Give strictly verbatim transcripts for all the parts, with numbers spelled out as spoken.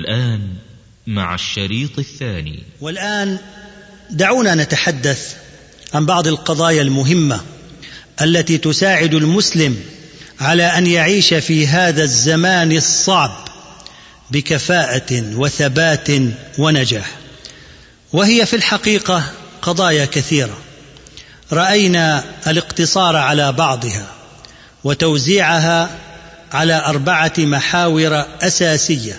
والآن مع الشريط الثاني. والآن دعونا نتحدث عن بعض القضايا المهمة التي تساعد المسلم على أن يعيش في هذا الزمان الصعب بكفاءة وثبات ونجاح، وهي في الحقيقة قضايا كثيرة. رأينا الاقتصار على بعضها وتوزيعها على أربعة محاور أساسية.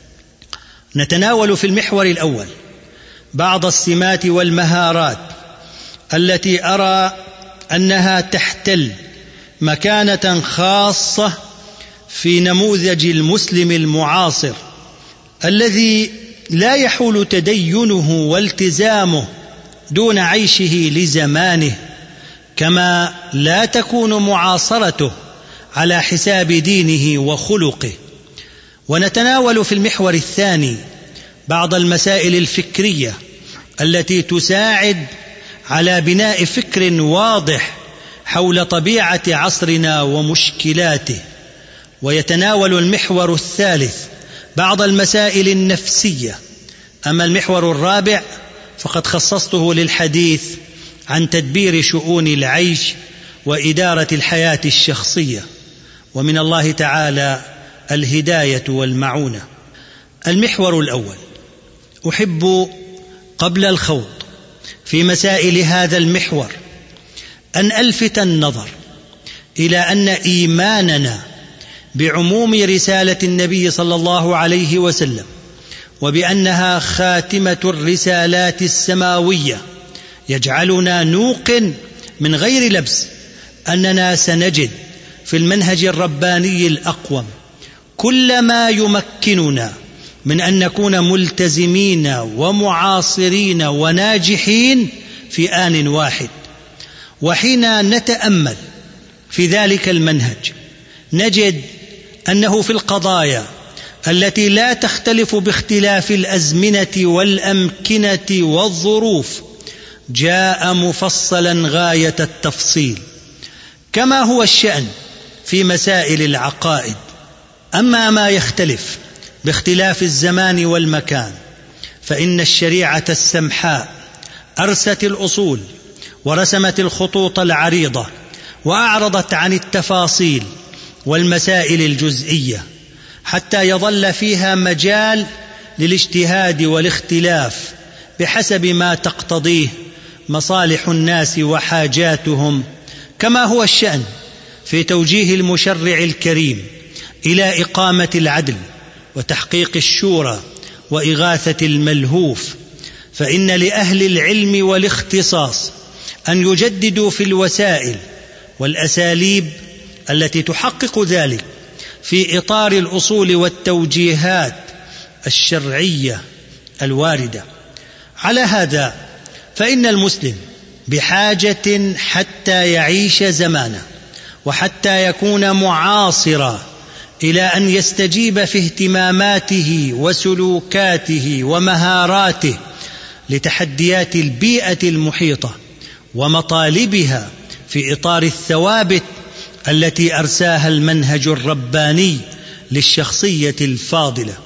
نتناول في المحور الأول بعض السمات والمهارات التي أرى أنها تحتل مكانة خاصة في نموذج المسلم المعاصر الذي لا يحول تدينه والتزامه دون عيشه لزمانه، كما لا تكون معاصرته على حساب دينه وخلقه. ونتناول في المحور الثاني بعض المسائل الفكرية التي تساعد على بناء فكر واضح حول طبيعة عصرنا ومشكلاته. ويتناول المحور الثالث بعض المسائل النفسية. أما المحور الرابع فقد خصصته للحديث عن تدبير شؤون العيش وإدارة الحياة الشخصية، ومن الله تعالى الهداية والمعونة. المحور الأول، أحب قبل الخوض في مسائل هذا المحور أن ألفت النظر إلى أن إيماننا بعموم رسالة النبي صلى الله عليه وسلم وبأنها خاتمة الرسالات السماوية يجعلنا نوقن من غير لبس أننا سنجد في المنهج الرباني الأقوم كل ما يمكننا من أن نكون ملتزمين ومعاصرين وناجحين في آن واحد. وحين نتأمل في ذلك المنهج نجد أنه في القضايا التي لا تختلف باختلاف الأزمنة والأمكنة والظروف جاء مفصلا غاية التفصيل، كما هو الشأن في مسائل العقائد. أما ما يختلف باختلاف الزمان والمكان فإن الشريعة السمحاء أرست الأصول ورسمت الخطوط العريضة وأعرضت عن التفاصيل والمسائل الجزئية حتى يظل فيها مجال للاجتهاد والاختلاف بحسب ما تقتضيه مصالح الناس وحاجاتهم، كما هو الشأن في توجيه المشرع الكريم إلى إقامة العدل وتحقيق الشورى وإغاثة الملهوف. فإن لأهل العلم والاختصاص أن يجددوا في الوسائل والأساليب التي تحقق ذلك في إطار الأصول والتوجيهات الشرعية الواردة. على هذا فإن المسلم بحاجة حتى يعيش زمانه وحتى يكون معاصرا إلى أن يستجيب في اهتماماته وسلوكاته ومهاراته لتحديات البيئة المحيطة ومطالبها في إطار الثوابت التي أرساها المنهج الرباني للشخصية الفاضلة.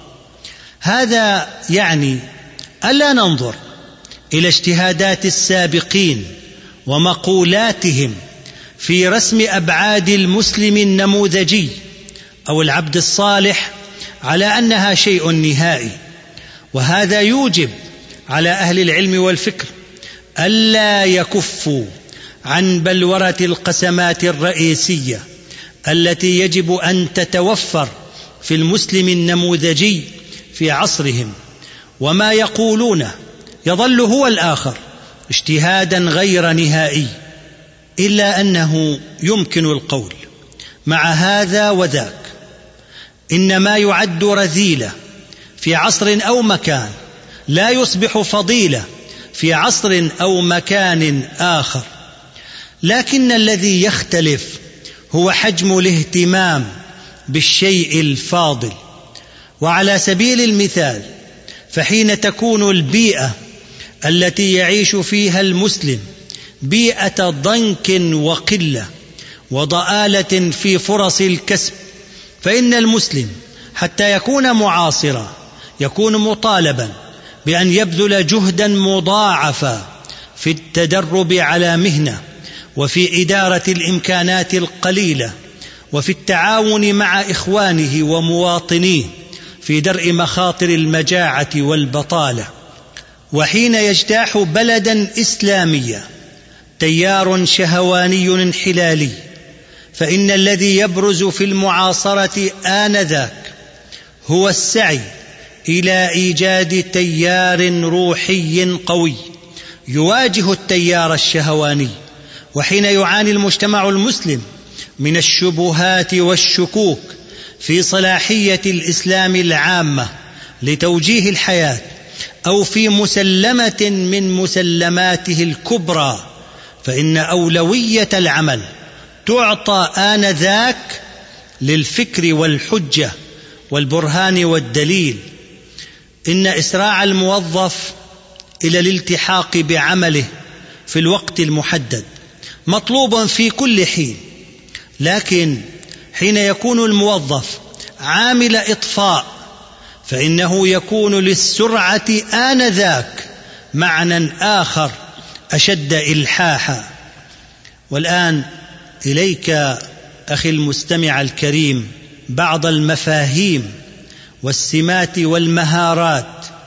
هذا يعني ألا ننظر إلى اجتهادات السابقين ومقولاتهم في رسم أبعاد المسلم النموذجي أو العبد الصالح على أنها شيء نهائي، وهذا يوجب على أهل العلم والفكر ألا يكفوا عن بلورة القسمات الرئيسية التي يجب أن تتوفر في المسلم النموذجي في عصرهم. وما يقولونه يظل هو الآخر اجتهادا غير نهائي، إلا أنه يمكن القول مع هذا وذاك إن ما يعد رذيلة في عصر أو مكان لا يصبح فضيلة في عصر أو مكان آخر، لكن الذي يختلف هو حجم الاهتمام بالشيء الفاضل. وعلى سبيل المثال فحين تكون البيئة التي يعيش فيها المسلم بيئة ضنك وقلة وضآلة في فرص الكسب، فإن المسلم حتى يكون معاصرا يكون مطالبا بأن يبذل جهدا مضاعفا في التدرب على مهنة، وفي إدارة الإمكانات القليلة، وفي التعاون مع إخوانه ومواطنيه في درء مخاطر المجاعة والبطالة. وحين يجتاح بلدا إسلاميا تيار شهواني انحلالي، فإن الذي يبرز في المعاصرة آنذاك هو السعي إلى إيجاد تيار روحي قوي يواجه التيار الشهواني. وحين يعاني المجتمع المسلم من الشبهات والشكوك في صلاحية الإسلام العامة لتوجيه الحياة، أو في مسلمة من مسلماته الكبرى، فإن أولوية العمل تعطى آنذاك للفكر والحجة والبرهان والدليل. إن إسراع الموظف إلى الالتحاق بعمله في الوقت المحدد مطلوب في كل حين، لكن حين يكون الموظف عامل إطفاء فإنه يكون للسرعة آنذاك معنى آخر أشد إلحاحا. والآن إليك أخي المستمع الكريم بعض المفاهيم والسمات والمهارات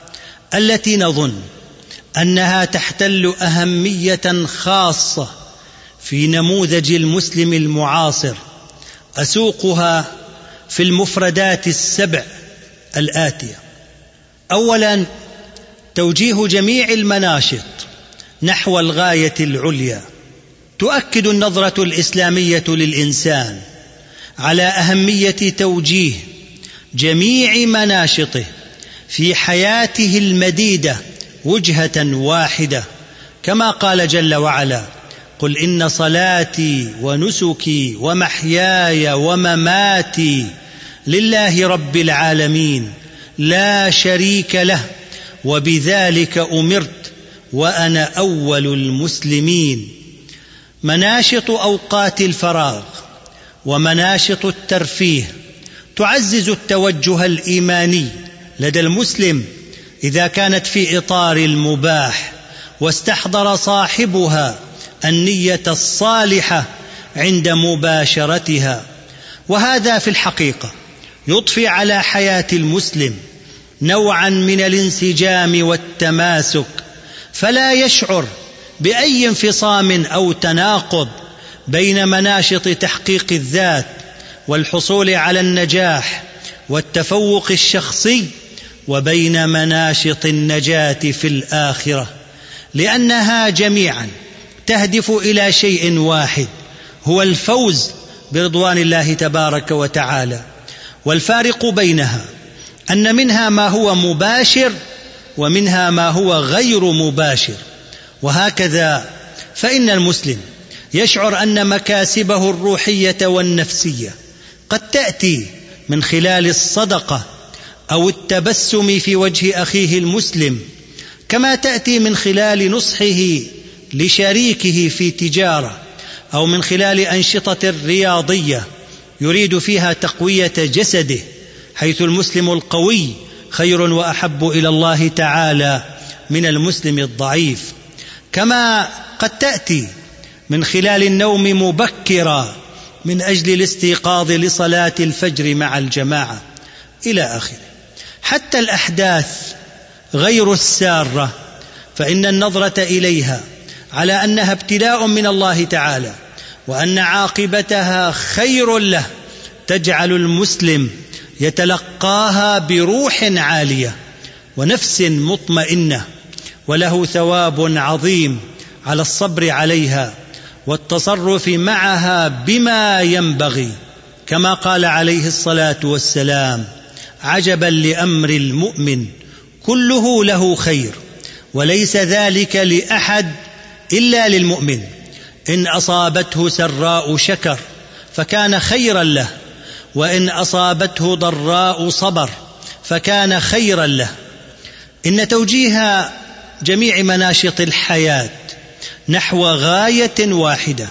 التي نظن أنها تحتل أهمية خاصة في نموذج المسلم المعاصر، أسوقها في المفردات السبع الآتية. أولا، توجيه جميع المناشط نحو الغاية العليا. تؤكد النظرة الإسلامية للإنسان على أهمية توجيه جميع مناشطه في حياته المديدة وجهة واحدة، كما قال جل وعلا: قل إن صلاتي ونسكي ومحياي ومماتي لله رب العالمين لا شريك له وبذلك أمرت وأنا أول المسلمين. مناشط أوقات الفراغ ومناشط الترفيه تعزز التوجه الإيماني لدى المسلم إذا كانت في إطار المباح، واستحضر صاحبها النية الصالحة عند مباشرتها. وهذا في الحقيقة يضفي على حياة المسلم نوعا من الانسجام والتماسك، فلا يشعر بأي انفصام أو تناقض بين مناشط تحقيق الذات والحصول على النجاح والتفوق الشخصي وبين مناشط النجاة في الآخرة، لأنها جميعا تهدف إلى شيء واحد، هو الفوز برضوان الله تبارك وتعالى. والفارق بينها أن منها ما هو مباشر ومنها ما هو غير مباشر. وهكذا فإن المسلم يشعر أن مكاسبه الروحية والنفسية قد تأتي من خلال الصدقة أو التبسم في وجه أخيه المسلم، كما تأتي من خلال نصحه لشريكه في تجارة، أو من خلال أنشطة رياضية يريد فيها تقوية جسده، حيث المسلم القوي خير وأحب إلى الله تعالى من المسلم الضعيف. كما قد تأتي من خلال النوم مبكرا من أجل الاستيقاظ لصلاة الفجر مع الجماعة إلى آخره. حتى الأحداث غير السارة فإن النظرة إليها على أنها ابتلاء من الله تعالى وأن عاقبتها خير له تجعل المسلم يتلقاها بروح عالية ونفس مطمئنة، وله ثواب عظيم على الصبر عليها والتصرف معها بما ينبغي، كما قال عليه الصلاة والسلام: عجبا لأمر المؤمن كله له خير وليس ذلك لأحد إلا للمؤمن، إن أصابته سراء شكر فكان خيرا له، وإن أصابته ضراء صبر فكان خيرا له. إن توجيه جميع مناشط الحياة نحو غاية واحدة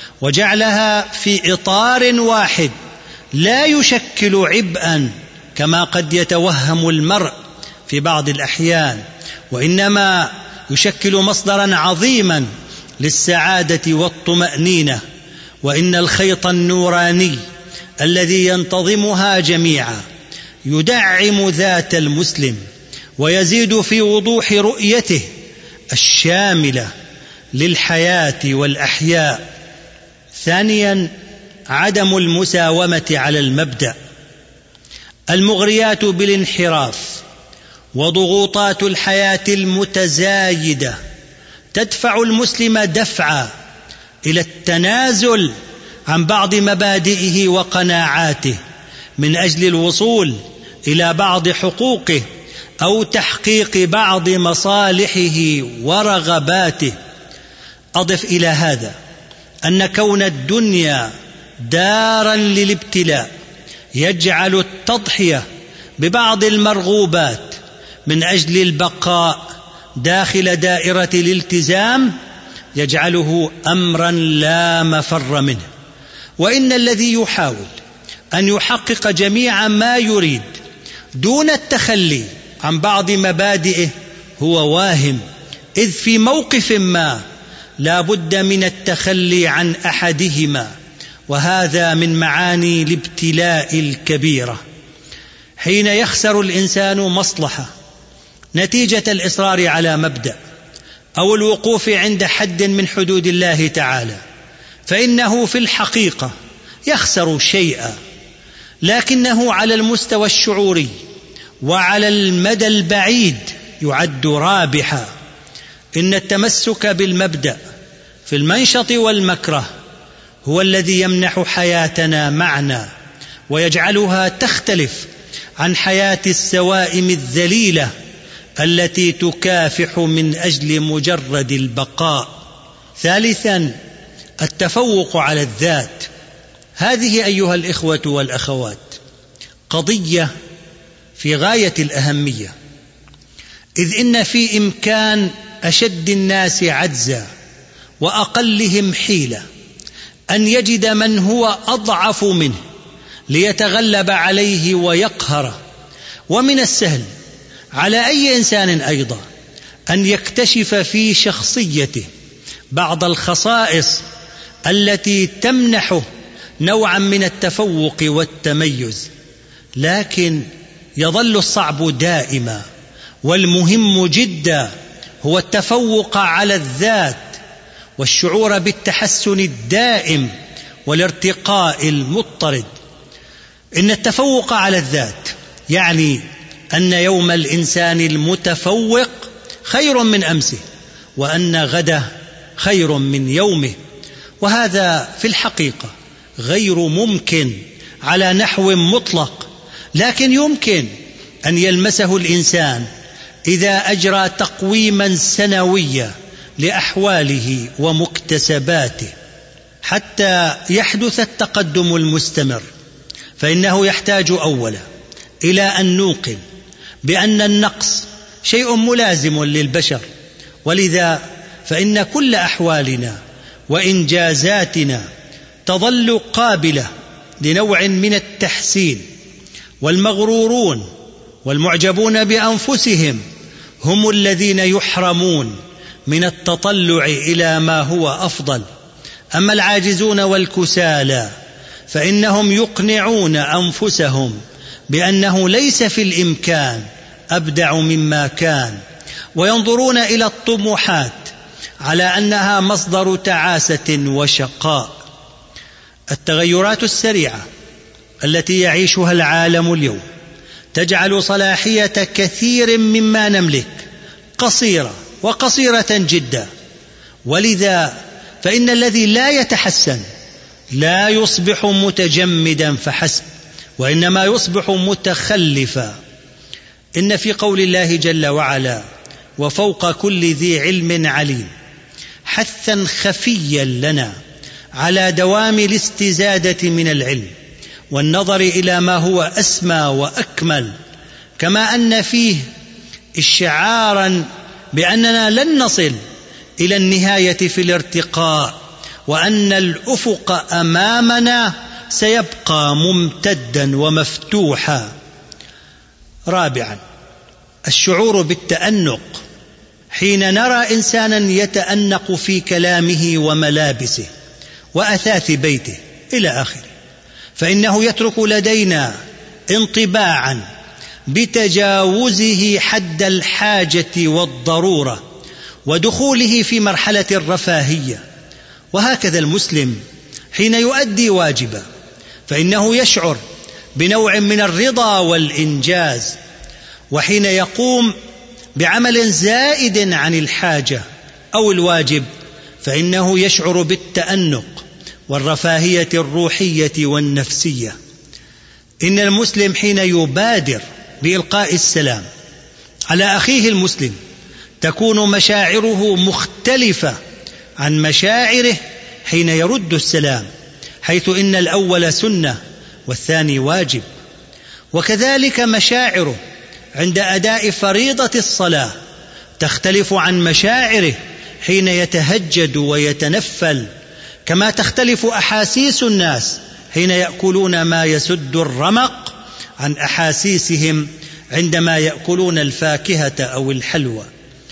وجعلها في إطار واحد لا يشكل عبئا كما قد يتوهم المرء في بعض الأحيان، وإنما يشكل مصدرا عظيما للسعادة والطمأنينة. وإن الخيط النوراني الذي ينتظمها جميعا يدعم ذات المسلم ويزيد في وضوح رؤيته الشاملة للحياة والأحياء. ثانيا، عدم المساومة على المبدأ. المغريات بالانحراف وضغوطات الحياة المتزايدة تدفع المسلم دفعا إلى التنازل عن بعض مبادئه وقناعاته من أجل الوصول إلى بعض حقوقه أو تحقيق بعض مصالحه ورغباته. أضف إلى هذا أن كون الدنيا دارا للابتلاء يجعل التضحية ببعض المرغوبات من أجل البقاء داخل دائرة الالتزام يجعله أمرا لا مفر منه. وإن الذي يحاول أن يحقق جميع ما يريد دون التخلي عن بعض مبادئه هو واهم، إذ في موقف ما لا بد من التخلي عن أحدهما، وهذا من معاني الابتلاء الكبيرة. حين يخسر الإنسان مصلحة نتيجة الإصرار على مبدأ أو الوقوف عند حد من حدود الله تعالى فإنه في الحقيقة يخسر شيئا، لكنه على المستوى الشعوري وعلى المدى البعيد يعد رابحا. إن التمسك بالمبدأ في المنشط والمكره هو الذي يمنح حياتنا معنى ويجعلها تختلف عن حياة السوائم الذليلة التي تكافح من أجل مجرد البقاء. ثالثا، التفوق على الذات. هذه أيها الإخوة والأخوات قضية في غاية الأهمية، إذ إن في إمكان أشد الناس عجزا وأقلهم حيلة أن يجد من هو أضعف منه ليتغلب عليه ويقهره. ومن السهل على أي إنسان أيضا أن يكتشف في شخصيته بعض الخصائص التي تمنحه نوعا من التفوق والتميز، لكن يظل الصعب دائما والمهم جدا هو التفوق على الذات والشعور بالتحسن الدائم والارتقاء المضطرد. إن التفوق على الذات يعني أن يوم الإنسان المتفوق خير من أمسه، وأن غده خير من يومه، وهذا في الحقيقة غير ممكن على نحو مطلق، لكن يمكن أن يلمسه الإنسان إذا أجرى تقويما سنويا لأحواله ومكتسباته. حتى يحدث التقدم المستمر فإنه يحتاج أولا إلى أن نوقن بأن النقص شيء ملازم للبشر، ولذا فإن كل أحوالنا وإنجازاتنا تظل قابلة لنوع من التحسين. والمغرورون والمعجبون بأنفسهم هم الذين يحرمون من التطلع إلى ما هو أفضل، أما العاجزون والكسالى فإنهم يقنعون أنفسهم بأنه ليس في الإمكان أبدع مما كان، وينظرون إلى الطموحات على أنها مصدر تعاسة وشقاء. التغيرات السريعة التي يعيشها العالم اليوم تجعل صلاحية كثير مما نملك قصيرة وقصيرة جدا، ولذا فإن الذي لا يتحسن لا يصبح متجمدا فحسب، وإنما يصبح متخلفا. إن في قول الله جل وعلا وفوق كل ذي علم عليم حثا خفيا لنا على دوام الاستزادة من العلم والنظر إلى ما هو أسمى وأكمل، كما أن فيه إشعارا بأننا لن نصل إلى النهاية في الارتقاء، وأن الأفق أمامنا سيبقى ممتدا ومفتوحا. رابعا، الشعور بالتأنق حين نرى إنسانا يتأنق في كلامه وملابسه وأثاث بيته إلى آخره، فإنه يترك لدينا انطباعا بتجاوزه حد الحاجة والضرورة ودخوله في مرحلة الرفاهية. وهكذا المسلم حين يؤدي واجبا فإنه يشعر بنوع من الرضا والإنجاز، وحين يقوم بعمل زائد عن الحاجة أو الواجب فإنه يشعر بالتأنق والرفاهية الروحية والنفسية. إن المسلم حين يبادر بإلقاء السلام على أخيه المسلم تكون مشاعره مختلفة عن مشاعره حين يرد السلام، حيث إن الأول سنة والثاني واجب. وكذلك مشاعره عند أداء فريضة الصلاة تختلف عن مشاعره حين يتهجد ويتنفل، كما تختلف أحاسيس الناس حين يأكلون ما يسد الرمق عن أحاسيسهم عندما يأكلون الفاكهة أو الحلوى.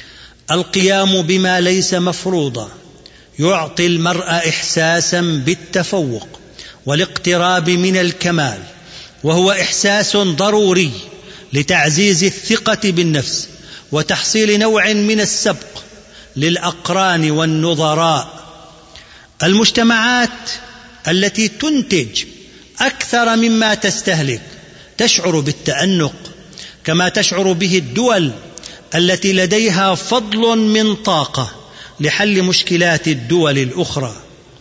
القيام بما ليس مفروضا يعطي المرء إحساسا بالتفوق والاقتراب من الكمال، وهو إحساس ضروري لتعزيز الثقة بالنفس وتحصيل نوع من السبق للأقران والنظراء. المجتمعات التي تنتج أكثر مما تستهلك تشعر بالتأنق، كما تشعر به الدول التي لديها فضل من طاقة لحل مشكلات الدول الأخرى.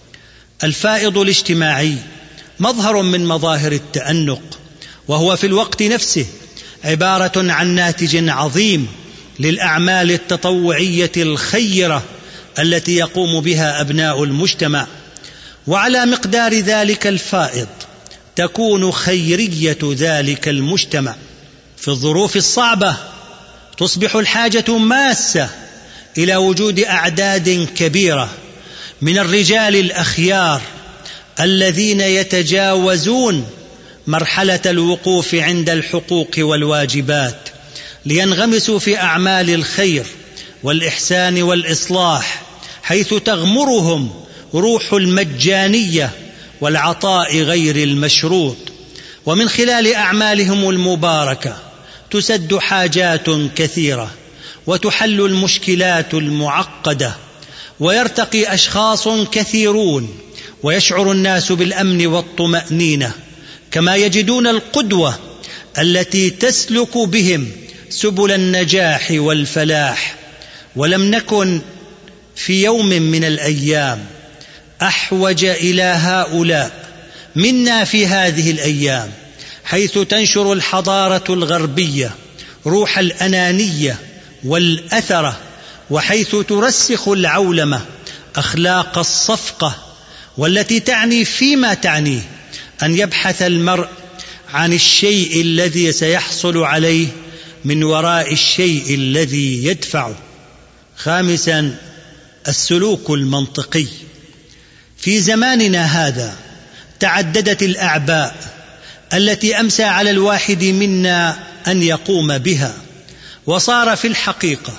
الفائض الاجتماعي مظهر من مظاهر التأنق، وهو في الوقت نفسه عبارة عن ناتج عظيم للأعمال التطوعية الخيرة التي يقوم بها أبناء المجتمع. وعلى مقدار ذلك الفائض تكون خيرية ذلك المجتمع. في الظروف الصعبة تصبح الحاجة ماسة إلى وجود أعداد كبيرة من الرجال الأخيار الذين يتجاوزون مرحلة الوقوف عند الحقوق والواجبات لينغمسوا في أعمال الخير والإحسان والإصلاح، حيث تغمرهم روح المجانية والعطاء غير المشروط، ومن خلال أعمالهم المباركة تسد حاجات كثيرة وتحل المشكلات المعقدة، ويرتقي أشخاص كثيرون ويشعر الناس بالأمن والطمأنينة، كما يجدون القدوة التي تسلك بهم سبل النجاح والفلاح. ولم نكن في يوم من الأيام أحوج إلى هؤلاء منا في هذه الأيام، حيث تنشر الحضارة الغربية روح الأنانية والأثرة، وحيث ترسخ العولمة أخلاق الصفقة، والتي تعني فيما تعنيه أن يبحث المرء عن الشيء الذي سيحصل عليه من وراء الشيء الذي يدفعه. خامسا، السلوك المنطقي. في زماننا هذا تعددت الأعباء التي أمسى على الواحد منا أن يقوم بها، وصار في الحقيقة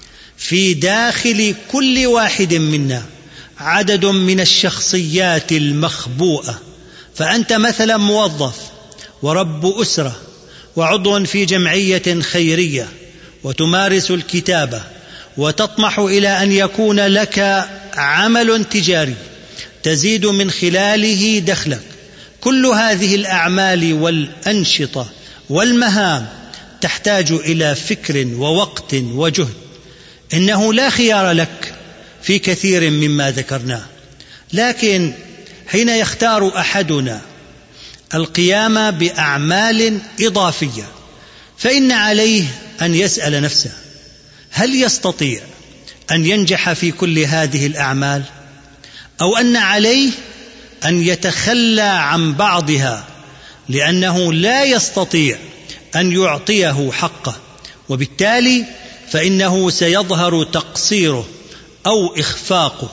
في داخل كل واحد منا عدد من الشخصيات المخبوءة. فأنت مثلا موظف ورب أسرة وعضو في جمعية خيرية وتمارس الكتابة وتطمح إلى أن يكون لك عمل تجاري تزيد من خلاله دخلك. كل هذه الأعمال والأنشطة والمهام تحتاج إلى فكر ووقت وجهد. إنه لا خيار لك في كثير مما ذكرناه، لكن حين يختار أحدنا القيام بأعمال إضافية فإن عليه أن يسأل نفسه: هل يستطيع أن ينجح في كل هذه الأعمال؟ أو أن عليه أن يتخلى عن بعضها لأنه لا يستطيع أن يعطيه حقه، وبالتالي فإنه سيظهر تقصيره أو إخفاقه.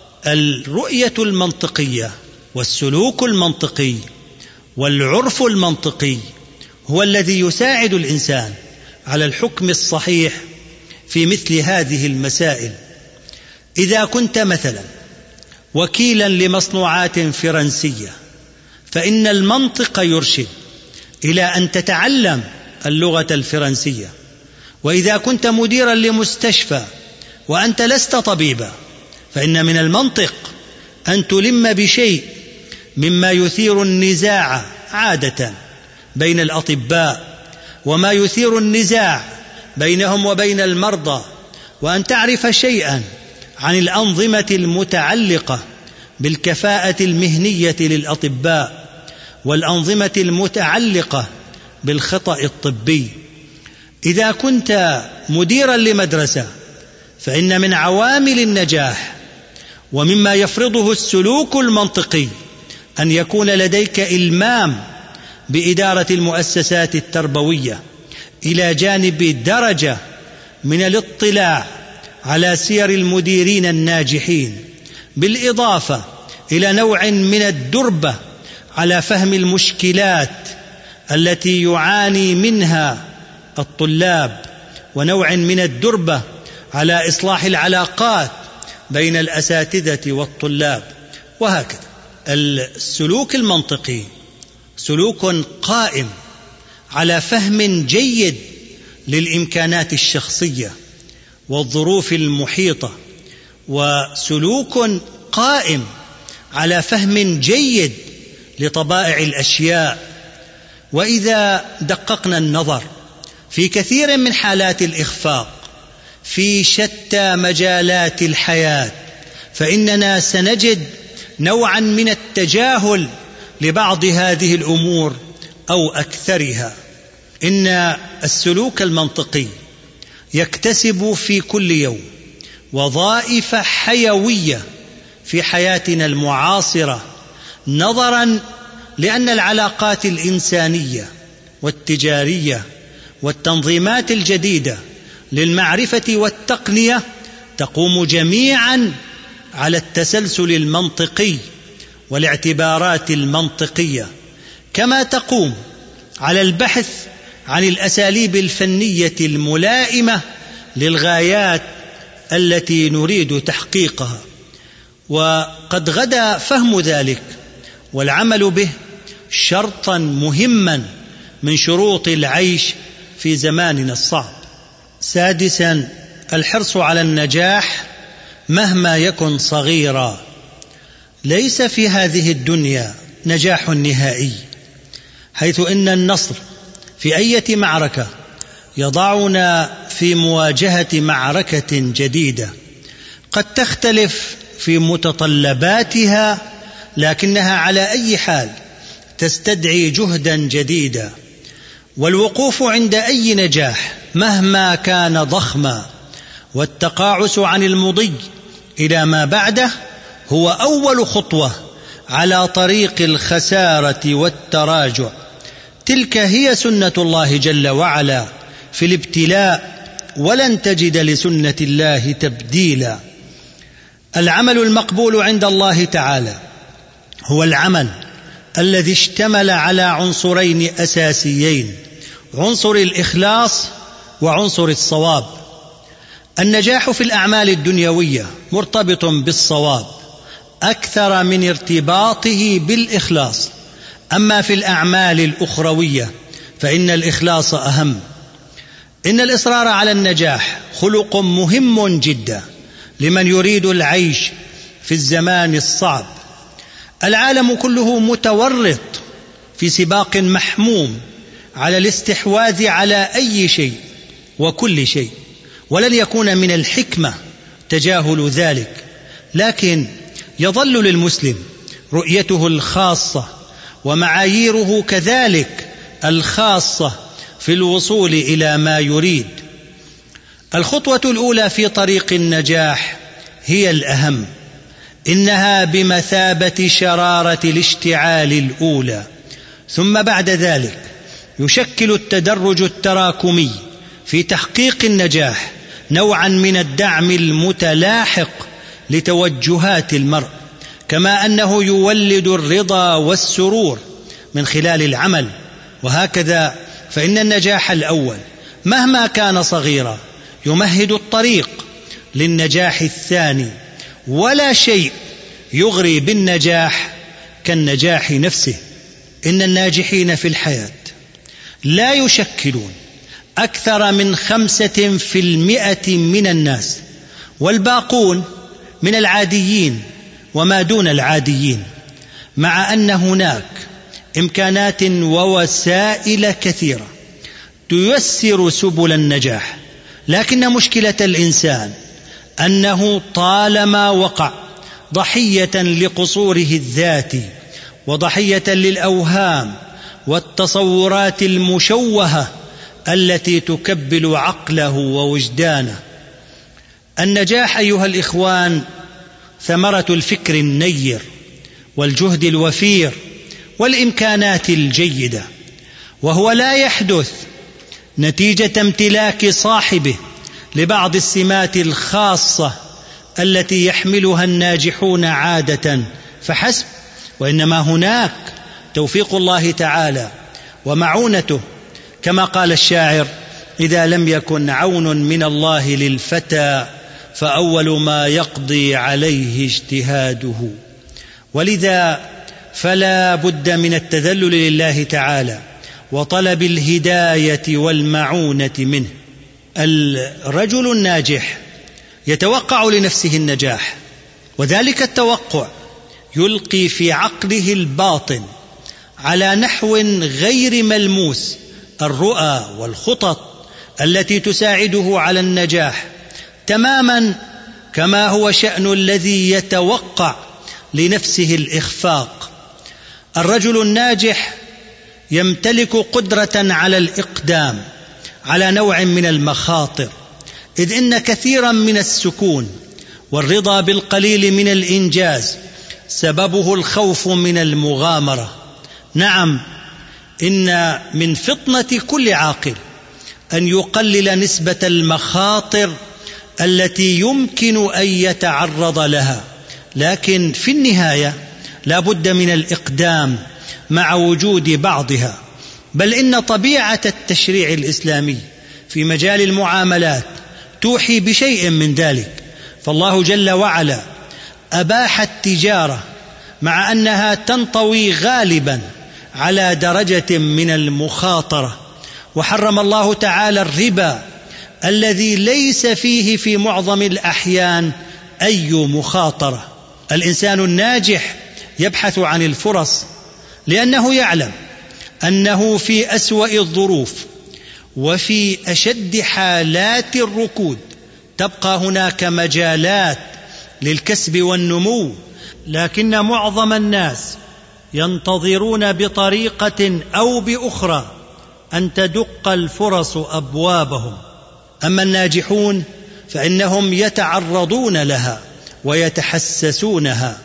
الرؤية المنطقية والسلوك المنطقي والعرف المنطقي هو الذي يساعد الإنسان على الحكم الصحيح في مثل هذه المسائل. إذا كنت مثلا وكيلا لمصنوعات فرنسية فإن المنطق يرشد إلى أن تتعلم اللغة الفرنسية. وإذا كنت مديرا لمستشفى وأنت لست طبيبا فإن من المنطق أن تلم بشيء مما يثير النزاع عادة بين الأطباء وما يثير النزاع بينهم وبين المرضى، وأن تعرف شيئا عن الأنظمة المتعلقة بالكفاءة المهنية للأطباء والأنظمة المتعلقة بالخطأ الطبي. إذا كنت مديرا لمدرسة فإن من عوامل النجاح ومما يفرضه السلوك المنطقي أن يكون لديك إلمام بإدارة المؤسسات التربوية، إلى جانب درجة من الاطلاع على سير المديرين الناجحين، بالإضافة إلى نوع من الدربة على فهم المشكلات التي يعاني منها الطلاب، ونوع من الدربة على إصلاح العلاقات بين الأساتذة والطلاب، وهكذا. السلوك المنطقي سلوك قائم على فهم جيد للإمكانات الشخصية والظروف المحيطة، وسلوك قائم على فهم جيد لطبائع الأشياء. وإذا دققنا النظر في كثير من حالات الإخفاق في شتى مجالات الحياة فإننا سنجد نوعا من التجاهل لبعض هذه الأمور أو أكثرها. إن السلوك المنطقي يكتسب في كل يوم وظائف حيوية في حياتنا المعاصرة، نظرا لأن العلاقات الإنسانية والتجارية والتنظيمات الجديدة للمعرفة والتقنية تقوم جميعا على التسلسل المنطقي والاعتبارات المنطقية، كما تقوم على البحث عن الأساليب الفنية الملائمة للغايات التي نريد تحقيقها. وقد غدا فهم ذلك والعمل به شرطا مهما من شروط العيش في زماننا الصعب. سادسا، الحرص على النجاح مهما يكن صغيرا. ليس في هذه الدنيا نجاح نهائي، حيث إن النصر في أي معركة يضعنا في مواجهة معركة جديدة قد تختلف في متطلباتها، لكنها على أي حال تستدعي جهدا جديدا. والوقوف عند أي نجاح مهما كان ضخما والتقاعس عن المضي إلى ما بعده هو أول خطوة على طريق الخسارة والتراجع. تلك هي سنة الله جل وعلا في الابتلاء، ولن تجد لسنة الله تبديلا. العمل المقبول عند الله تعالى هو العمل الذي اشتمل على عنصرين أساسيين: عنصر الإخلاص وعنصر الصواب. النجاح في الأعمال الدنيوية مرتبط بالصواب أكثر من ارتباطه بالإخلاص، أما في الأعمال الأخروية فإن الإخلاص أهم. إن الإصرار على النجاح خلق مهم جدا لمن يريد العيش في الزمان الصعب. العالم كله متورط في سباق محموم على الاستحواذ على أي شيء وكل شيء، ولن يكون من الحكمة تجاهل ذلك، لكن يظل للمسلم رؤيته الخاصة ومعاييره كذلك الخاصة في الوصول إلى ما يريد. الخطوة الأولى في طريق النجاح هي الأهم، إنها بمثابة شرارة الاشتعال الأولى، ثم بعد ذلك يشكل التدرج التراكمي في تحقيق النجاح نوعا من الدعم المتلاحق لتوجهات المرء، كما أنه يولد الرضا والسرور من خلال العمل. وهكذا فإن النجاح الأول مهما كان صغيرا يمهد الطريق للنجاح الثاني، ولا شيء يغري بالنجاح كالنجاح نفسه. إن الناجحين في الحياة لا يشكلون أكثر من خمسة في المئة من الناس، والباقون من العاديين وما دون العاديين، مع أن هناك إمكانات ووسائل كثيرة تيسر سبل النجاح. لكن مشكلة الإنسان أنه طالما وقع ضحية لقصوره الذاتي، وضحية للأوهام والتصورات المشوهة التي تكبل عقله ووجدانه. النجاح أيها الإخوان ثمرة الفكر النير والجهد الوفير والإمكانات الجيدة، وهو لا يحدث نتيجة امتلاك صاحبه لبعض السمات الخاصة التي يحملها الناجحون عادة فحسب، وإنما هناك توفيق الله تعالى ومعونته، كما قال الشاعر: إذا لم يكن عون من الله للفتى فأول ما يقضي عليه اجتهاده. ولذا فلا بد من التذلل لله تعالى وطلب الهداية والمعونة منه. الرجل الناجح يتوقع لنفسه النجاح، وذلك التوقع يلقي في عقله الباطن على نحو غير ملموس الرؤى والخطط التي تساعده على النجاح، تماما كما هو شأن الذي يتوقع لنفسه الإخفاق. الرجل الناجح يمتلك قدرة على الإقدام على نوع من المخاطر، إذ إن كثيرا من السكون والرضا بالقليل من الإنجاز سببه الخوف من المغامرة. نعم، إن من فطنة كل عاقل أن يقلل نسبة المخاطر التي يمكن أن يتعرض لها، لكن في النهاية لا بد من الإقدام مع وجود بعضها. بل إن طبيعة التشريع الإسلامي في مجال المعاملات توحي بشيء من ذلك، فالله جل وعلا أباح التجارة مع أنها تنطوي غالبا على درجة من المخاطرة، وحرم الله تعالى الربا الذي ليس فيه في معظم الأحيان أي مخاطرة. الإنسان الناجح يبحث عن الفرص، لأنه يعلم أنه في أسوأ الظروف وفي أشد حالات الركود تبقى هناك مجالات للكسب والنمو، لكن معظم الناس ينتظرون بطريقة أو بأخرى أن تدق الفرص أبوابهم. أما الناجحون فإنهم يتعرضون لها ويتحسسونها.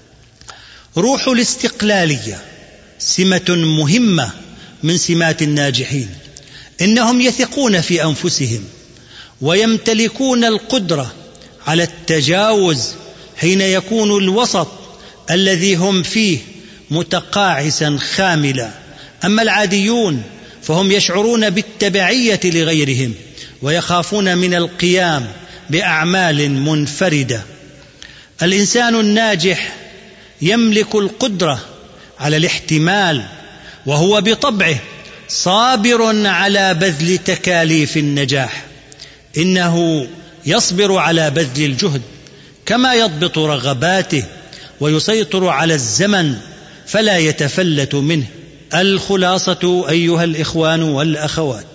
روح الاستقلالية سمة مهمة من سمات الناجحين، إنهم يثقون في أنفسهم ويمتلكون القدرة على التجاوز حين يكون الوسط الذي هم فيه متقاعسا خاملا. أما العاديون فهم يشعرون بالتبعية لغيرهم ويخافون من القيام بأعمال منفردة. الإنسان الناجح يملك القدرة على الاحتمال، وهو بطبعه صابر على بذل تكاليف النجاح. إنه يصبر على بذل الجهد كما يضبط رغباته ويسيطر على الزمن فلا يتفلت منه. الخلاصة أيها الإخوان والأخوات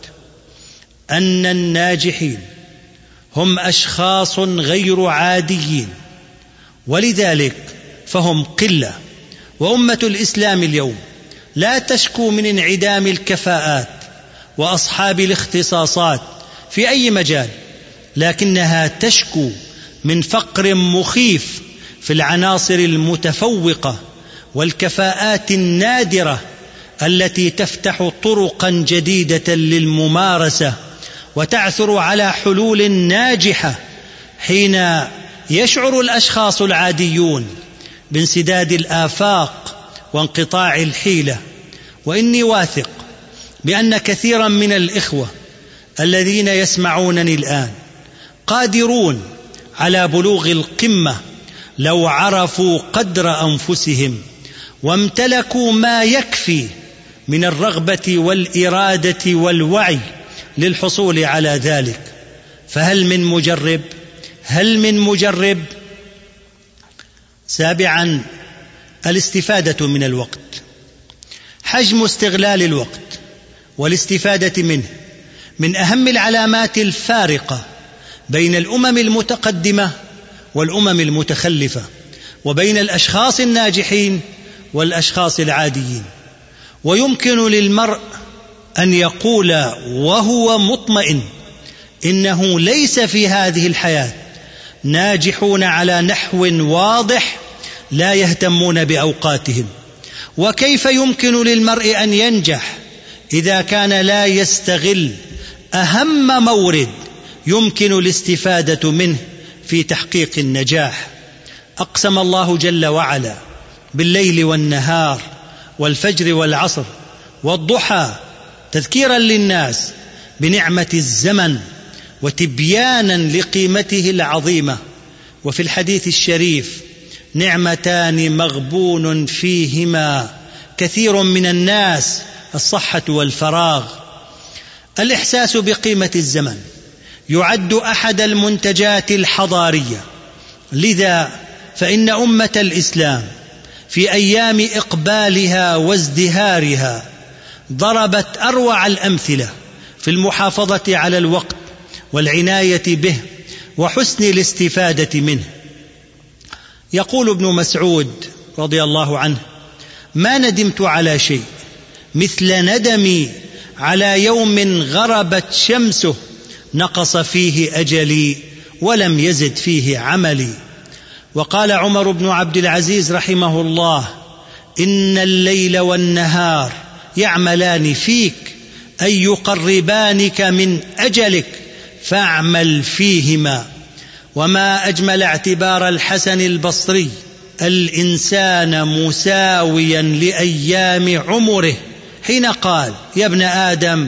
أن الناجحين هم أشخاص غير عاديين، ولذلك فهم قلة. وأمة الإسلام اليوم لا تشكو من انعدام الكفاءات وأصحاب الاختصاصات في أي مجال، لكنها تشكو من فقر مخيف في العناصر المتفوقة والكفاءات النادرة التي تفتح طرقا جديدة للممارسة وتعثر على حلول ناجحة حين يشعر الأشخاص العاديون بانسداد الآفاق وانقطاع الحيلة. وإني واثق بأن كثيرا من الإخوة الذين يسمعونني الآن قادرون على بلوغ القمة لو عرفوا قدر أنفسهم وامتلكوا ما يكفي من الرغبة والإرادة والوعي للحصول على ذلك. فهل من مجرب؟ هل من مجرب؟ سابعا، الاستفادة من الوقت. حجم استغلال الوقت والاستفادة منه من أهم العلامات الفارقة بين الأمم المتقدمة والأمم المتخلفة، وبين الأشخاص الناجحين والأشخاص العاديين. ويمكن للمرء أن يقول وهو مطمئن إنه ليس في هذه الحياة ناجحون على نحو واضح لا يهتمون بأوقاتهم. وكيف يمكن للمرء أن ينجح إذا كان لا يستغل أهم مورد يمكن الاستفادة منه في تحقيق النجاح؟ أقسم الله جل وعلا بالليل والنهار والفجر والعصر والضحى تذكيرا للناس بنعمة الزمن وتبيانا لقيمته العظيمة. وفي الحديث الشريف: نعمتان مغبون فيهما كثير من الناس، الصحة والفراغ. الإحساس بقيمة الزمن يعد أحد المنتجات الحضارية، لذا فإن أمة الإسلام في أيام إقبالها وازدهارها ضربت أروع الأمثلة في المحافظة على الوقت والعناية به وحسن الاستفادة منه. يقول ابن مسعود رضي الله عنه: ما ندمت على شيء مثل ندمي على يوم غربت شمسه نقص فيه أجلي ولم يزد فيه عملي. وقال عمر بن عبد العزيز رحمه الله: إن الليل والنهار يعملان فيك أي يقربانك من أجلك فاعمل فيهما. وما أجمل اعتبار الحسن البصري: الإنسان مساويا لأيام عمره، حين قال: يا ابن آدم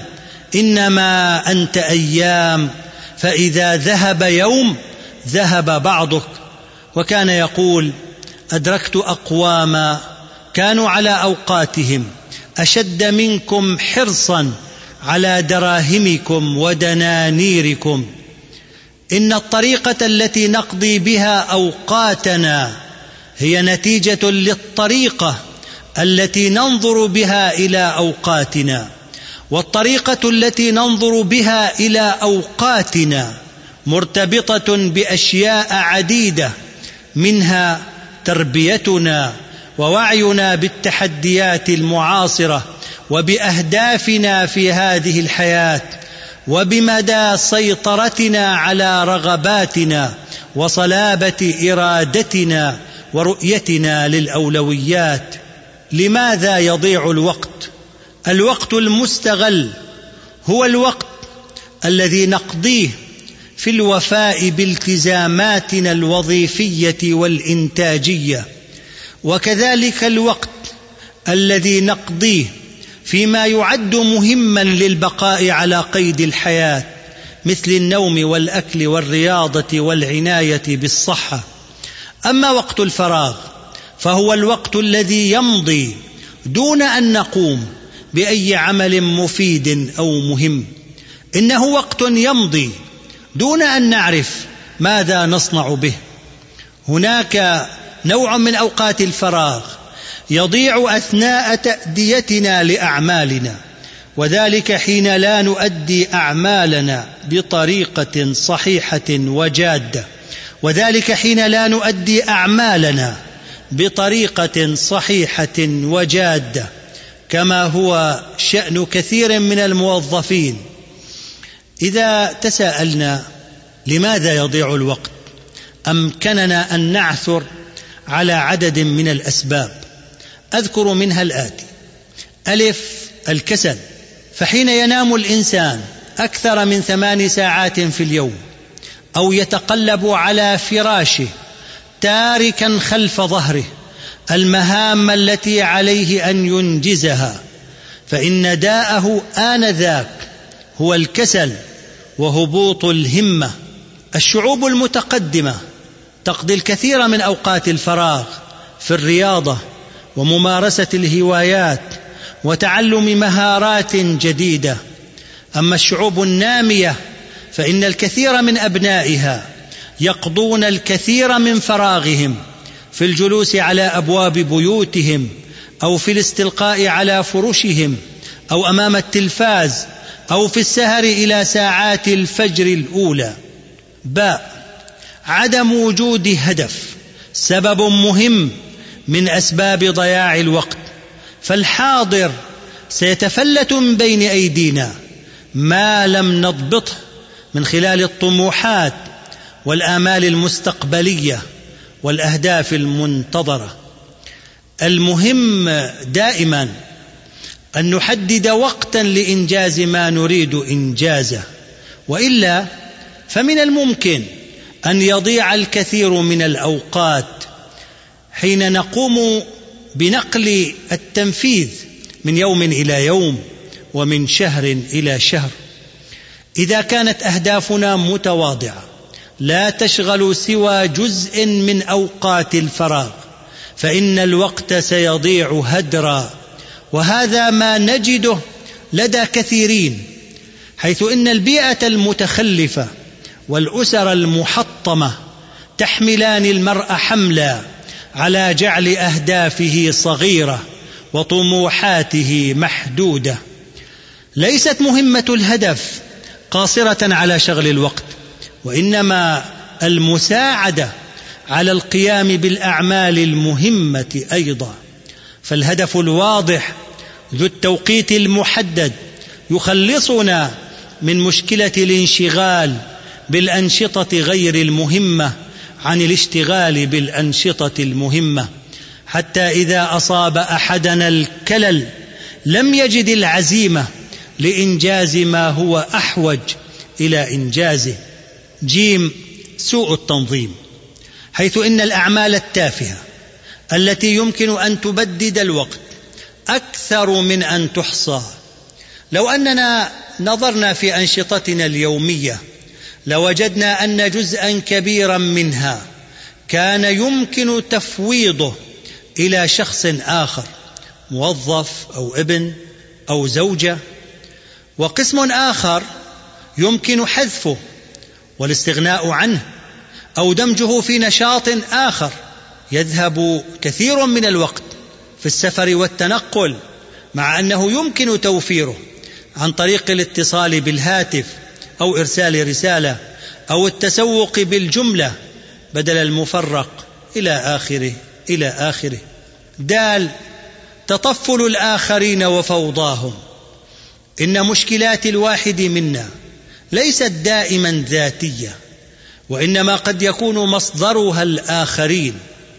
إنما أنت أيام، فإذا ذهب يوم ذهب بعضك. وكان يقول: أدركت أقواما كانوا على أوقاتهم أشد منكم حرصا على دراهمكم ودنانيركم. إن الطريقة التي نقضي بها أوقاتنا هي نتيجة للطريقة التي ننظر بها إلى أوقاتنا، والطريقة التي ننظر بها إلى أوقاتنا مرتبطة بأشياء عديدة، منها تربيتنا ووعينا بالتحديات المعاصرة وبأهدافنا في هذه الحياة، وبمدى سيطرتنا على رغباتنا وصلابة إرادتنا ورؤيتنا للأولويات. لماذا يضيع الوقت؟ الوقت المستغل هو الوقت الذي نقضيه في الوفاء بالتزاماتنا الوظيفية والإنتاجية، وكذلك الوقت الذي نقضيه فيما يعد مهما للبقاء على قيد الحياة، مثل النوم والأكل والرياضة والعناية بالصحة. أما وقت الفراغ فهو الوقت الذي يمضي دون أن نقوم بأي عمل مفيد أو مهم. إنه وقت يمضي دون أن نعرف ماذا نصنع به. هناك نوع من أوقات الفراغ يضيع أثناء تأديتنا لأعمالنا، وذلك حين لا نؤدي أعمالنا بطريقة صحيحة وجادة، وذلك حين لا نؤدي أعمالنا بطريقة صحيحة وجادة، كما هو شأن كثير من الموظفين. إذا تساءلنا لماذا يضيع الوقت، أمكننا أن نعثر على عدد من الأسباب، أذكر منها الآتي: ألف، الكسل. فحين ينام الإنسان أكثر من ثمان ساعات في اليوم، أو يتقلب على فراشه تاركا خلف ظهره المهام التي عليه أن ينجزها، فإن داءه آنذاك هو الكسل وهبوط الهمة. الشعوب المتقدمة تقضي الكثير من أوقات الفراغ في الرياضة وممارسة الهوايات وتعلم مهارات جديدة. أما الشعوب النامية فإن الكثير من أبنائها يقضون الكثير من فراغهم في الجلوس على أبواب بيوتهم أو في الاستلقاء على فرشهم أو أمام التلفاز أو في السهر إلى ساعات الفجر الأولى. باء عدم وجود هدف سبب مهم من أسباب ضياع الوقت، فالحاضر سيتفلت من بين أيدينا ما لم نضبطه من خلال الطموحات والآمال المستقبلية والأهداف المنتظرة. المهم دائما أن نحدد وقتا لإنجاز ما نريد إنجازه، وإلا فمن الممكن أن يضيع الكثير من الأوقات حين نقوم بنقل التنفيذ من يوم إلى يوم ومن شهر إلى شهر. إذا كانت أهدافنا متواضعة لا تشغل سوى جزء من أوقات الفراغ فإن الوقت سيضيع هدرا، وهذا ما نجده لدى كثيرين، حيث إن البيئة المتخلفة والأسر المحطمة تحملان المرء حملا على جعل أهدافه صغيرة وطموحاته محدودة. ليست مهمة الهدف قاصرة على شغل الوقت، وإنما المساعدة على القيام بالأعمال المهمة أيضا. فالهدف الواضح ذو التوقيت المحدد يخلصنا من مشكلة الانشغال بالأنشطة غير المهمة عن الاشتغال بالأنشطة المهمة، حتى إذا أصاب أحدنا الكلل لم يجد العزيمة لإنجاز ما هو أحوج إلى إنجازه. جيم سوء التنظيم، حيث إن الأعمال التافهة التي يمكن أن تبدد الوقت أكثر من أن تحصى. لو أننا نظرنا في أنشطتنا اليومية لوجدنا أن جزءا كبيرا منها كان يمكن تفويضه إلى شخص آخر، موظف أو ابن أو زوجة، وقسم آخر يمكن حذفه والاستغناء عنه أو دمجه في نشاط آخر. يذهب كثير من الوقت في السفر والتنقل، مع أنه يمكن توفيره عن طريق الاتصال بالهاتف أو إرسال رسالة أو التسوق بالجملة بدل المفرق إلى آخره إلى آخره. دال تطفل الآخرين وفوضاهم. إن مشكلات الواحد منا ليست دائما ذاتية، وإنما قد يكون مصدرها الآخرين.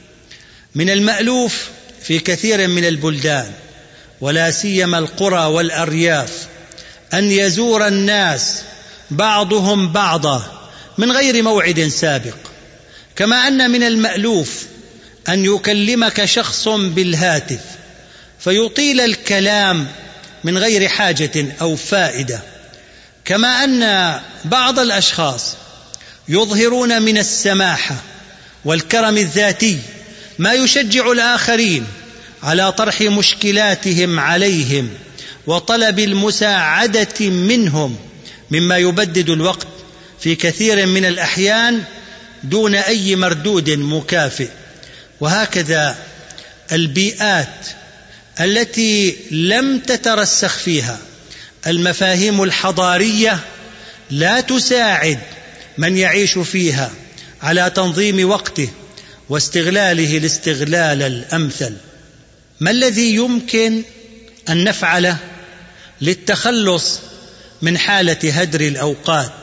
من المألوف في كثير من البلدان ولا سيما القرى والأرياف أن يزور الناس بعضهم بعضا من غير موعد سابق، كما أن من المألوف أن يكلمك شخص بالهاتف فيطيل الكلام من غير حاجة أو فائدة، كما أن بعض الأشخاص يظهرون من السماحة والكرم الذاتي ما يشجع الآخرين على طرح مشكلاتهم عليهم وطلب المساعدة منهم، مما يبدد الوقت في كثير من الأحيان دون أي مردود مكافئ. وهكذا البيئات التي لم تترسخ فيها المفاهيم الحضارية لا تساعد من يعيش فيها على تنظيم وقته واستغلاله الاستغلال الأمثل. ما الذي يمكن أن نفعله للتخلص من حالة هدر الأوقات؟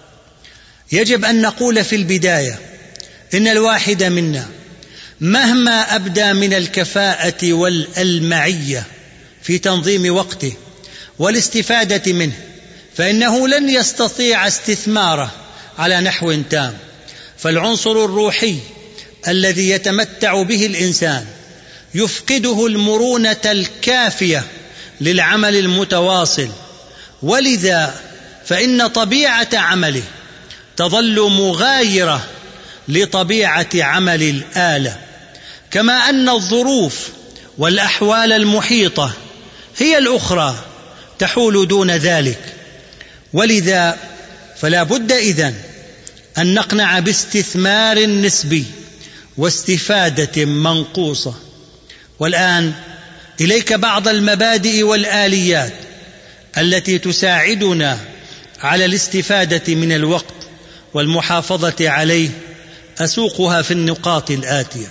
يجب أن نقول في البداية إن الواحد منا مهما أبدى من الكفاءة والألمعية في تنظيم وقته والاستفادة منه فإنه لن يستطيع استثماره على نحو تام. فالعنصر الروحي الذي يتمتع به الإنسان يفقده المرونة الكافية للعمل المتواصل، ولذا فإن طبيعة عمله تظل مغايرة لطبيعة عمل الآلة، كما أن الظروف والأحوال المحيطة هي الأخرى تحول دون ذلك. ولذا فلا بد إذن أن نقنع باستثمار نسبي واستفادة منقوصة. والآن إليك بعض المبادئ والآليات التي تساعدنا على الاستفادة من الوقت والمحافظة عليه، أسوقها في النقاط الآتية.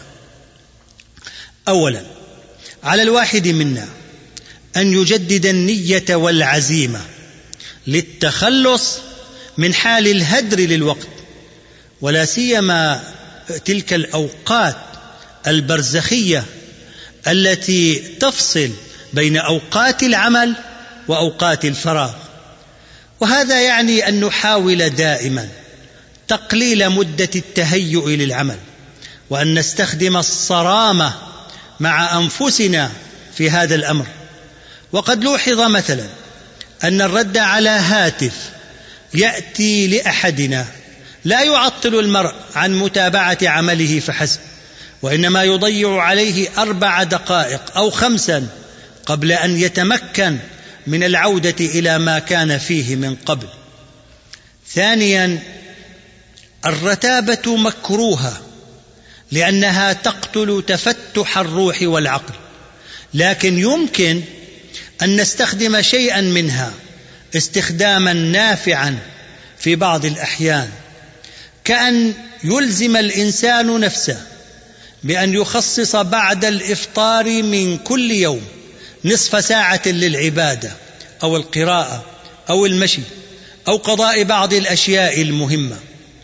أولا، على الواحد منا أن يجدد النية والعزيمة للتخلص من حال الهدر للوقت، ولا سيما تلك الأوقات البرزخية التي تفصل بين أوقات العمل وأوقات الفراغ. وهذا يعني أن نحاول دائما تقليل مدة التهيؤ للعمل، وأن نستخدم الصرامة مع أنفسنا في هذا الأمر. وقد لوحظ مثلا أن الرد على هاتف يأتي لأحدنا لا يعطل المرء عن متابعة عمله فحسب، وإنما يضيع عليه أربع دقائق أو خمسا قبل أن يتمكن من العودة إلى ما كان فيه من قبل. ثانيا، الرتابة مكروهة لأنها تقتل تفتح الروح والعقل، لكن يمكن أن نستخدم شيئا منها استخداما نافعا في بعض الأحيان، كأن يلزم الإنسان نفسه بأن يخصص بعد الإفطار من كل يوم نصف ساعة للعبادة أو القراءة أو المشي أو قضاء بعض الأشياء المهمة.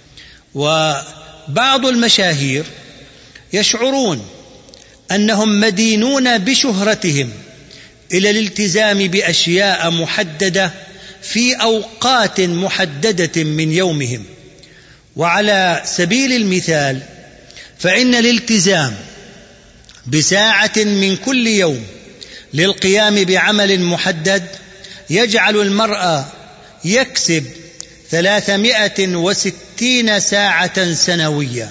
وبعض المشاهير يشعرون أنهم مدينون بشهرتهم إلى الالتزام بأشياء محددة في أوقات محددة من يومهم. وعلى سبيل المثال، فإن الالتزام بساعة من كل يوم للقيام بعمل محدد يجعل المرء يكسب ثلاثمائة وستين ساعة سنوية،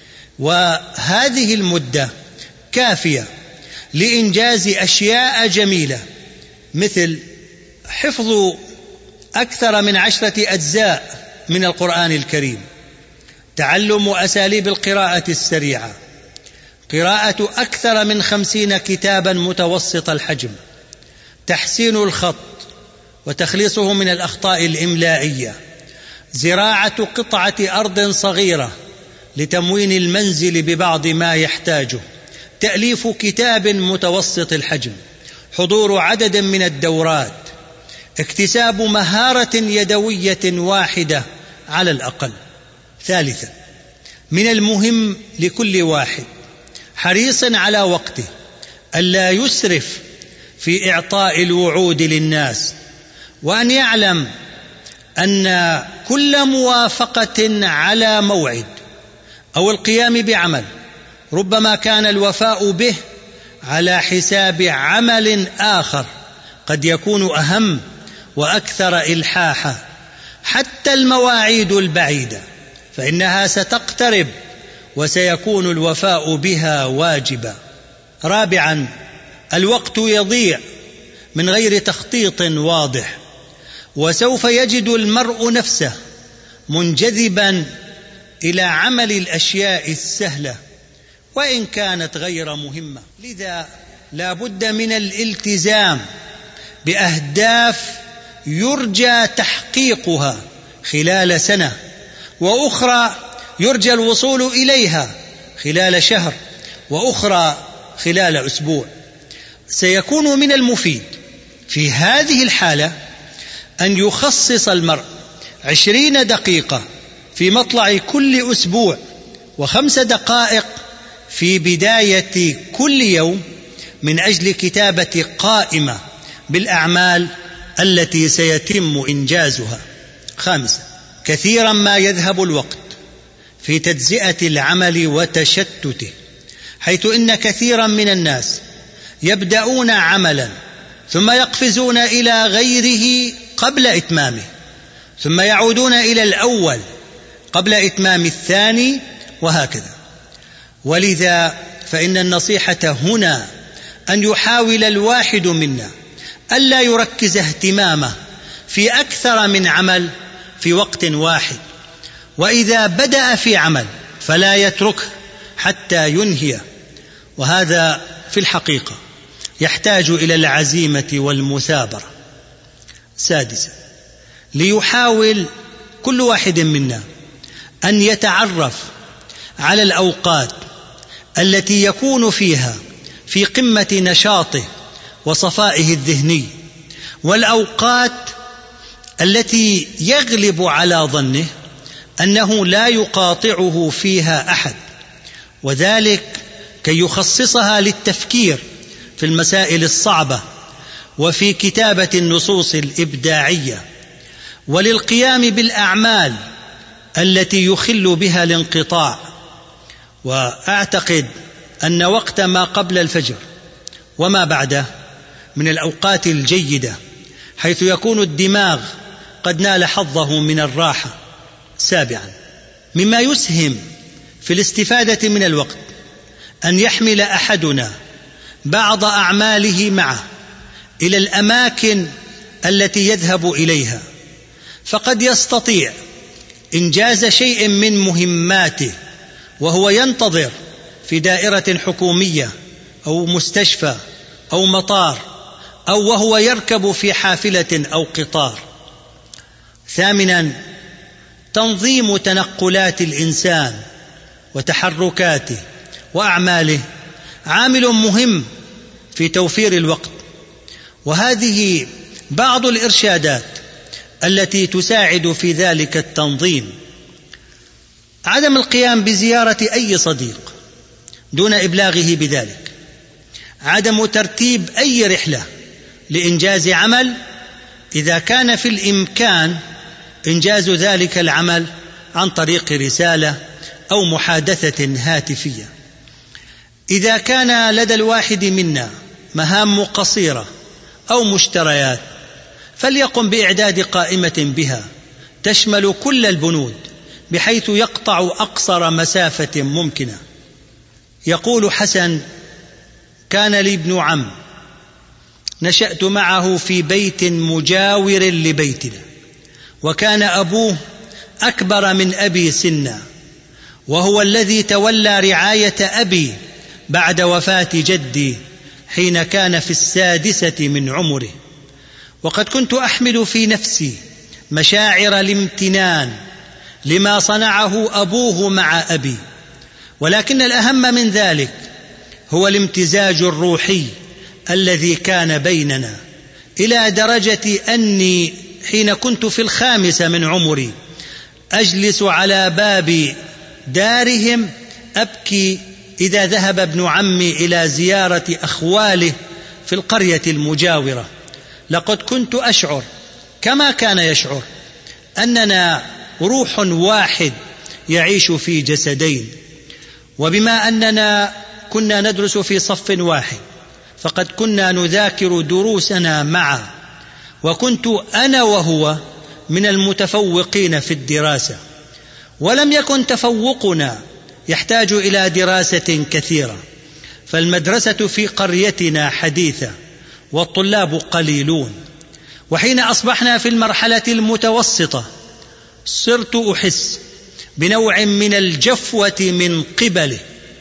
وهذه المدة كافية لإنجاز أشياء جميلة مثل حفظ أكثر من عشرة أجزاء من القرآن الكريم، تعلم أساليب القراءة السريعة، قراءة أكثر من خمسين كتابا متوسط الحجم، تحسين الخط وتخليصه من الأخطاء الإملائية، زراعة قطعة أرض صغيرة لتموين المنزل ببعض ما يحتاجه، تأليف كتاب متوسط الحجم، حضور عدد من الدورات، اكتساب مهارة يدوية واحدة على الأقل. ثالثا، من المهم لكل واحد حريص على وقته ألا يسرف في إعطاء الوعود للناس، وأن يعلم أن كل موافقة على موعد أو القيام بعمل ربما كان الوفاء به على حساب عمل آخر قد يكون أهم وأكثر إلحاحا. حتى المواعيد البعيدة فإنها ستقترب وسيكون الوفاء بها واجبا. رابعا، الوقت يضيع من غير تخطيط واضح، وسوف يجد المرء نفسه منجذبا إلى عمل الأشياء السهلة وإن كانت غير مهمة. لذا لا بد من الالتزام بأهداف يرجى تحقيقها خلال سنة، وأخرى يرجى الوصول إليها خلال شهر، وأخرى خلال أسبوع. سيكون من المفيد في هذه الحالة أن يخصص المرء عشرين دقيقة في مطلع كل أسبوع، وخمس دقائق في بداية كل يوم، من أجل كتابة قائمة بالأعمال التي سيتم إنجازها. خامسا، كثيرا ما يذهب الوقت في تجزئة العمل وتشتته، حيث إن كثيرا من الناس يبدأون عملا ثم يقفزون إلى غيره قبل إتمامه، ثم يعودون إلى الأول قبل إتمام الثاني، وهكذا. ولذا فإن النصيحة هنا أن يحاول الواحد منا ألا يركز اهتمامه في أكثر من عمل في وقت واحد، وإذا بدأ في عمل فلا يتركه حتى ينهيه، وهذا في الحقيقة يحتاج إلى العزيمة والمثابرة. سادسا، ليحاول كل واحد منا أن يتعرف على الأوقات التي يكون فيها في قمة نشاطه وصفائه الذهني، والأوقات التي يغلب على ظنه أنه لا يقاطعه فيها أحد، وذلك كي يخصصها للتفكير في المسائل الصعبة وفي كتابة النصوص الإبداعية، وللقيام بالأعمال التي يخل بها الانقطاع. وأعتقد أن وقت ما قبل الفجر وما بعده من الأوقات الجيدة، حيث يكون الدماغ قد نال حظه من الراحة. سابعا، مما يسهم في الاستفادة من الوقت أن يحمل أحدنا بعض أعماله معه إلى الأماكن التي يذهب إليها، فقد يستطيع إنجاز شيء من مهماته وهو ينتظر في دائرة حكومية أو مستشفى أو مطار، أو وهو يركب في حافلة أو قطار. ثامنا، تنظيم تنقلات الإنسان وتحركاته وأعماله عامل مهم في توفير الوقت، وهذه بعض الإرشادات التي تساعد في ذلك التنظيم: عدم القيام بزيارة أي صديق دون إبلاغه بذلك، عدم ترتيب أي رحلة لإنجاز عمل إذا كان في الإمكان إنجاز ذلك العمل عن طريق رسالة أو محادثة هاتفية. إذا كان لدى الواحد منا مهام قصيرة أو مشتريات، فليقم بإعداد قائمة بها تشمل كل البنود بحيث يقطع أقصر مسافة ممكنة. يقول حسن: كان لي ابن عم نشأت معه في بيت مجاور لبيتنا، وكان أبوه أكبر من أبي سنا، وهو الذي تولى رعاية أبي بعد وفاة جدي حين كان في السادسة من عمره. وقد كنت أحمل في نفسي مشاعر الامتنان لما صنعه أبوه مع أبي، ولكن الأهم من ذلك هو الامتزاج الروحي الذي كان بيننا، إلى درجة أني حين كنت في الخامسة من عمري أجلس على باب دارهم أبكي إذا ذهب ابن عمي إلى زيارة أخواله في القرية المجاورة. لقد كنت أشعر كما كان يشعر أننا روح واحد يعيش في جسدين. وبما أننا كنا ندرس في صف واحد، فقد كنا نذاكر دروسنا معا، وكنت أنا وهو من المتفوقين في الدراسة، ولم يكن تفوقنا يحتاج إلى دراسة كثيرة، فالمدرسة في قريتنا حديثة والطلاب قليلون. وحين أصبحنا في المرحلة المتوسطة صرت أحس بنوع من الجفوة من قبله،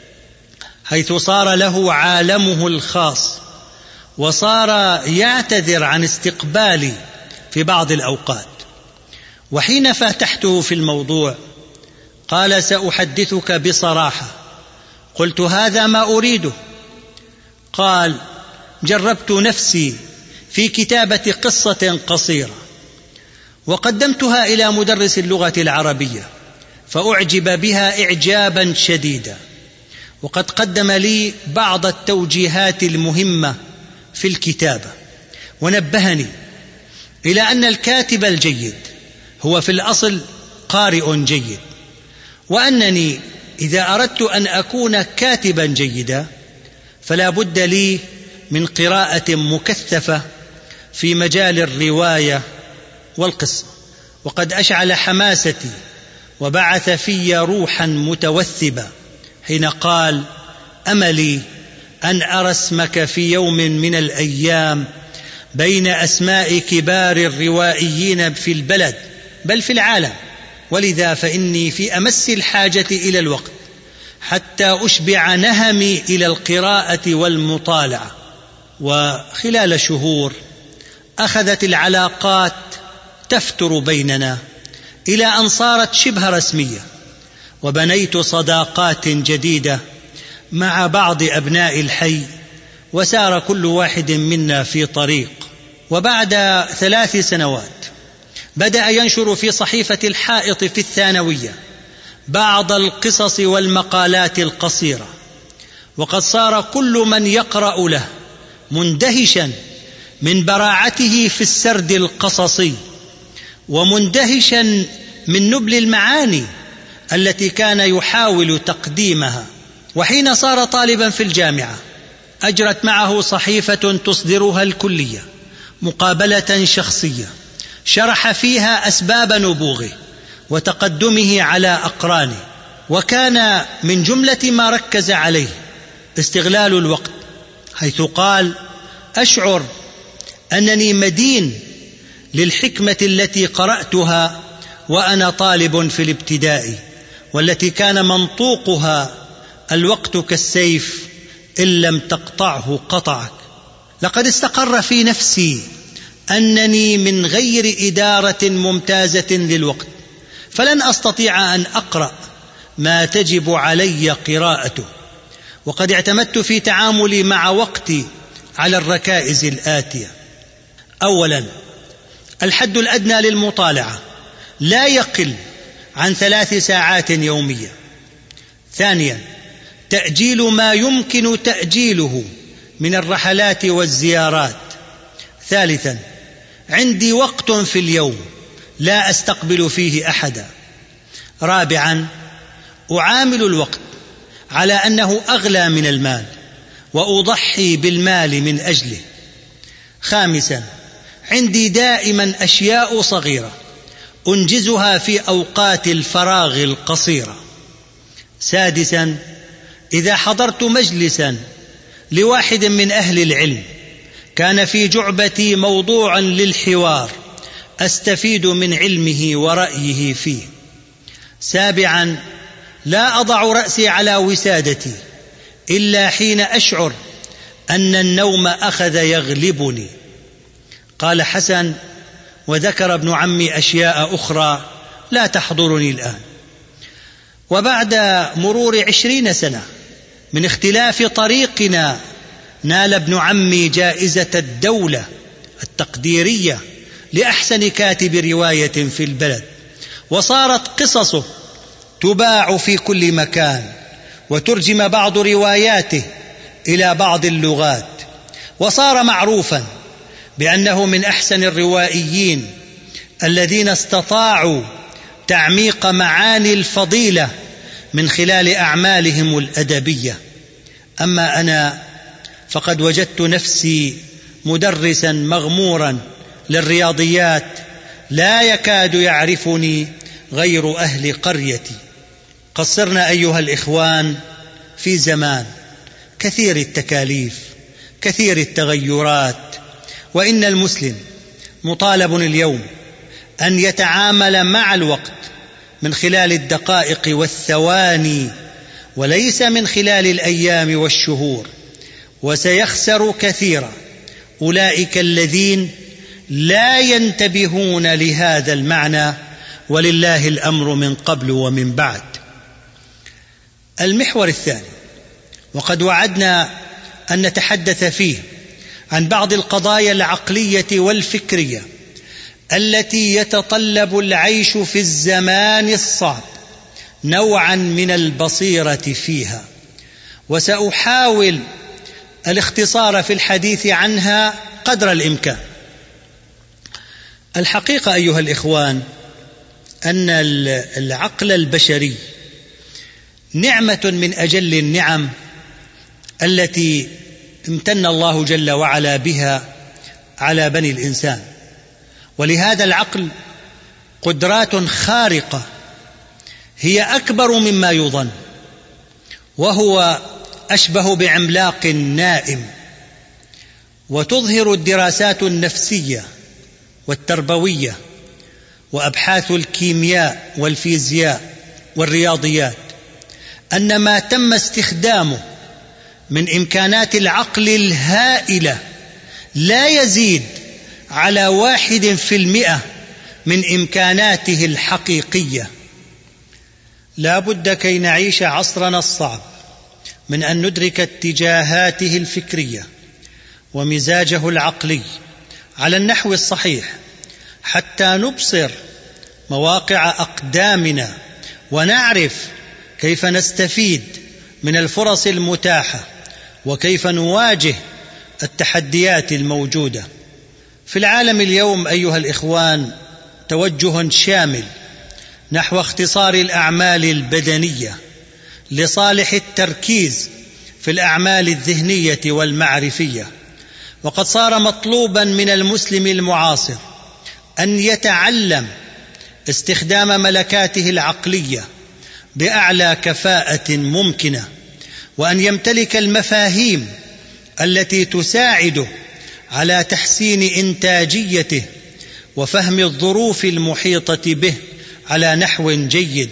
حيث صار له عالمه الخاص، وصار يعتذر عن استقبالي في بعض الأوقات. وحين فاتحته في الموضوع قال: سأحدثك بصراحة. قلت: هذا ما أريده. قال: جربت نفسي في كتابة قصة قصيرة وقدمتها إلى مدرس اللغة العربية، فأعجب بها إعجابا شديدا، وقد قدم لي بعض التوجيهات المهمة في الكتابة، ونبهني إلى أن الكاتب الجيد هو في الأصل قارئ جيد، وأنني إذا أردت أن أكون كاتبا جيدا فلا بد لي من قراءة مكثفة في مجال الرواية والقصة. وقد أشعل حماستي وبعث في روحا متوثبا حين قال: أملي أن أرى اسمك في يوم من الأيام بين أسماء كبار الروائيين في البلد بل في العالم، ولذا فإني في أمس الحاجة إلى الوقت حتى أشبع نهمي إلى القراءة والمطالعة. وخلال شهور أخذت العلاقات تفتر بيننا إلى أن صارت شبه رسمية، وبنيت صداقات جديدة مع بعض أبناء الحي، وسار كل واحد منا في طريق. وبعد ثلاث سنوات بدأ ينشر في صحيفة الحائط في الثانوية بعض القصص والمقالات القصيرة، وقد صار كل من يقرأ له مندهشا من براعته في السرد القصصي، ومندهشا من نبل المعاني التي كان يحاول تقديمها. وحين صار طالبا في الجامعة أجرت معه صحيفة تصدرها الكلية مقابلة شخصية شرح فيها أسباب نبوغه وتقدمه على أقرانه، وكان من جملة ما ركز عليه استغلال الوقت، حيث قال: أشعر أنني مدين للحكمة التي قرأتها وأنا طالب في الابتدائي، والتي كان منطوقها: الوقت كالسيف إن لم تقطعه قطعك. لقد استقر في نفسي أنني من غير إدارة ممتازة للوقت فلن أستطيع أن أقرأ ما تجب علي قراءته، وقد اعتمدت في تعاملي مع وقتي على الركائز الآتية: أولا، الحد الأدنى للمطالعة لا يقل عن ثلاث ساعات يوميا. ثانيا، تأجيل ما يمكن تأجيله من الرحلات والزيارات. ثالثا، عندي وقت في اليوم لا أستقبل فيه أحدا. رابعا، أعامل الوقت على أنه أغلى من المال وأضحي بالمال من أجله. خامسا، عندي دائما أشياء صغيرة أنجزها في أوقات الفراغ القصيرة. سادسا، إذا حضرت مجلسا لواحد من أهل العلم كان في جعبتي موضوعا للحوار أستفيد من علمه ورأيه فيه. سابعا، لا أضع رأسي على وسادتي إلا حين أشعر أن النوم أخذ يغلبني. قال حسن: وذكر ابن عمي أشياء أخرى لا تحضرني الآن. وبعد مرور عشرين سنة من اختلاف طريقنا نال ابن عمي جائزة الدولة التقديرية لأحسن كاتب رواية في البلد، وصارت قصصه تباع في كل مكان، وترجم بعض رواياته إلى بعض اللغات، وصار معروفا بأنه من أحسن الروائيين الذين استطاعوا تعميق معاني الفضيلة من خلال أعمالهم الأدبية. أما أنا فقد وجدت نفسي مدرسا مغمورا للرياضيات لا يكاد يعرفني غير أهل قريتي. قصرنا أيها الإخوان في زمان كثير التكاليف كثير التغيرات، وإن المسلم مطالب اليوم أن يتعامل مع الوقت من خلال الدقائق والثواني وليس من خلال الأيام والشهور. وسيخسر كثيرا أولئك الذين لا ينتبهون لهذا المعنى، ولله الأمر من قبل ومن بعد. المحور الثاني، وقد وعدنا أن نتحدث فيه عن بعض القضايا العقلية والفكرية التي يتطلب العيش في الزمان الصعب نوعا من البصيرة فيها، وسأحاول الاختصار في الحديث عنها قدر الإمكان. الحقيقة أيها الإخوان أن العقل البشري نعمة من أجل النعم التي امتن الله جل وعلا بها على بني الإنسان، ولهذا العقل قدرات خارقة هي أكبر مما يظن، وهو أشبه بعملاق نائم. وتظهر الدراسات النفسية والتربوية وأبحاث الكيمياء والفيزياء والرياضيات أن ما تم استخدامه من إمكانات العقل الهائلة لا يزيد على واحد في المئة من إمكاناته الحقيقية. لا بد كي نعيش عصرنا الصعب من أن ندرك اتجاهاته الفكرية ومزاجه العقلي على النحو الصحيح، حتى نبصر مواقع أقدامنا ونعرف كيف نستفيد من الفرص المتاحة وكيف نواجه التحديات الموجودة. في العالم اليوم أيها الإخوان توجه شامل نحو اختصار الأعمال البدنية لصالح التركيز في الأعمال الذهنية والمعرفية، وقد صار مطلوبا من المسلم المعاصر أن يتعلم استخدام ملكاته العقلية بأعلى كفاءة ممكنة، وأن يمتلك المفاهيم التي تساعده على تحسين إنتاجيته وفهم الظروف المحيطة به على نحو جيد.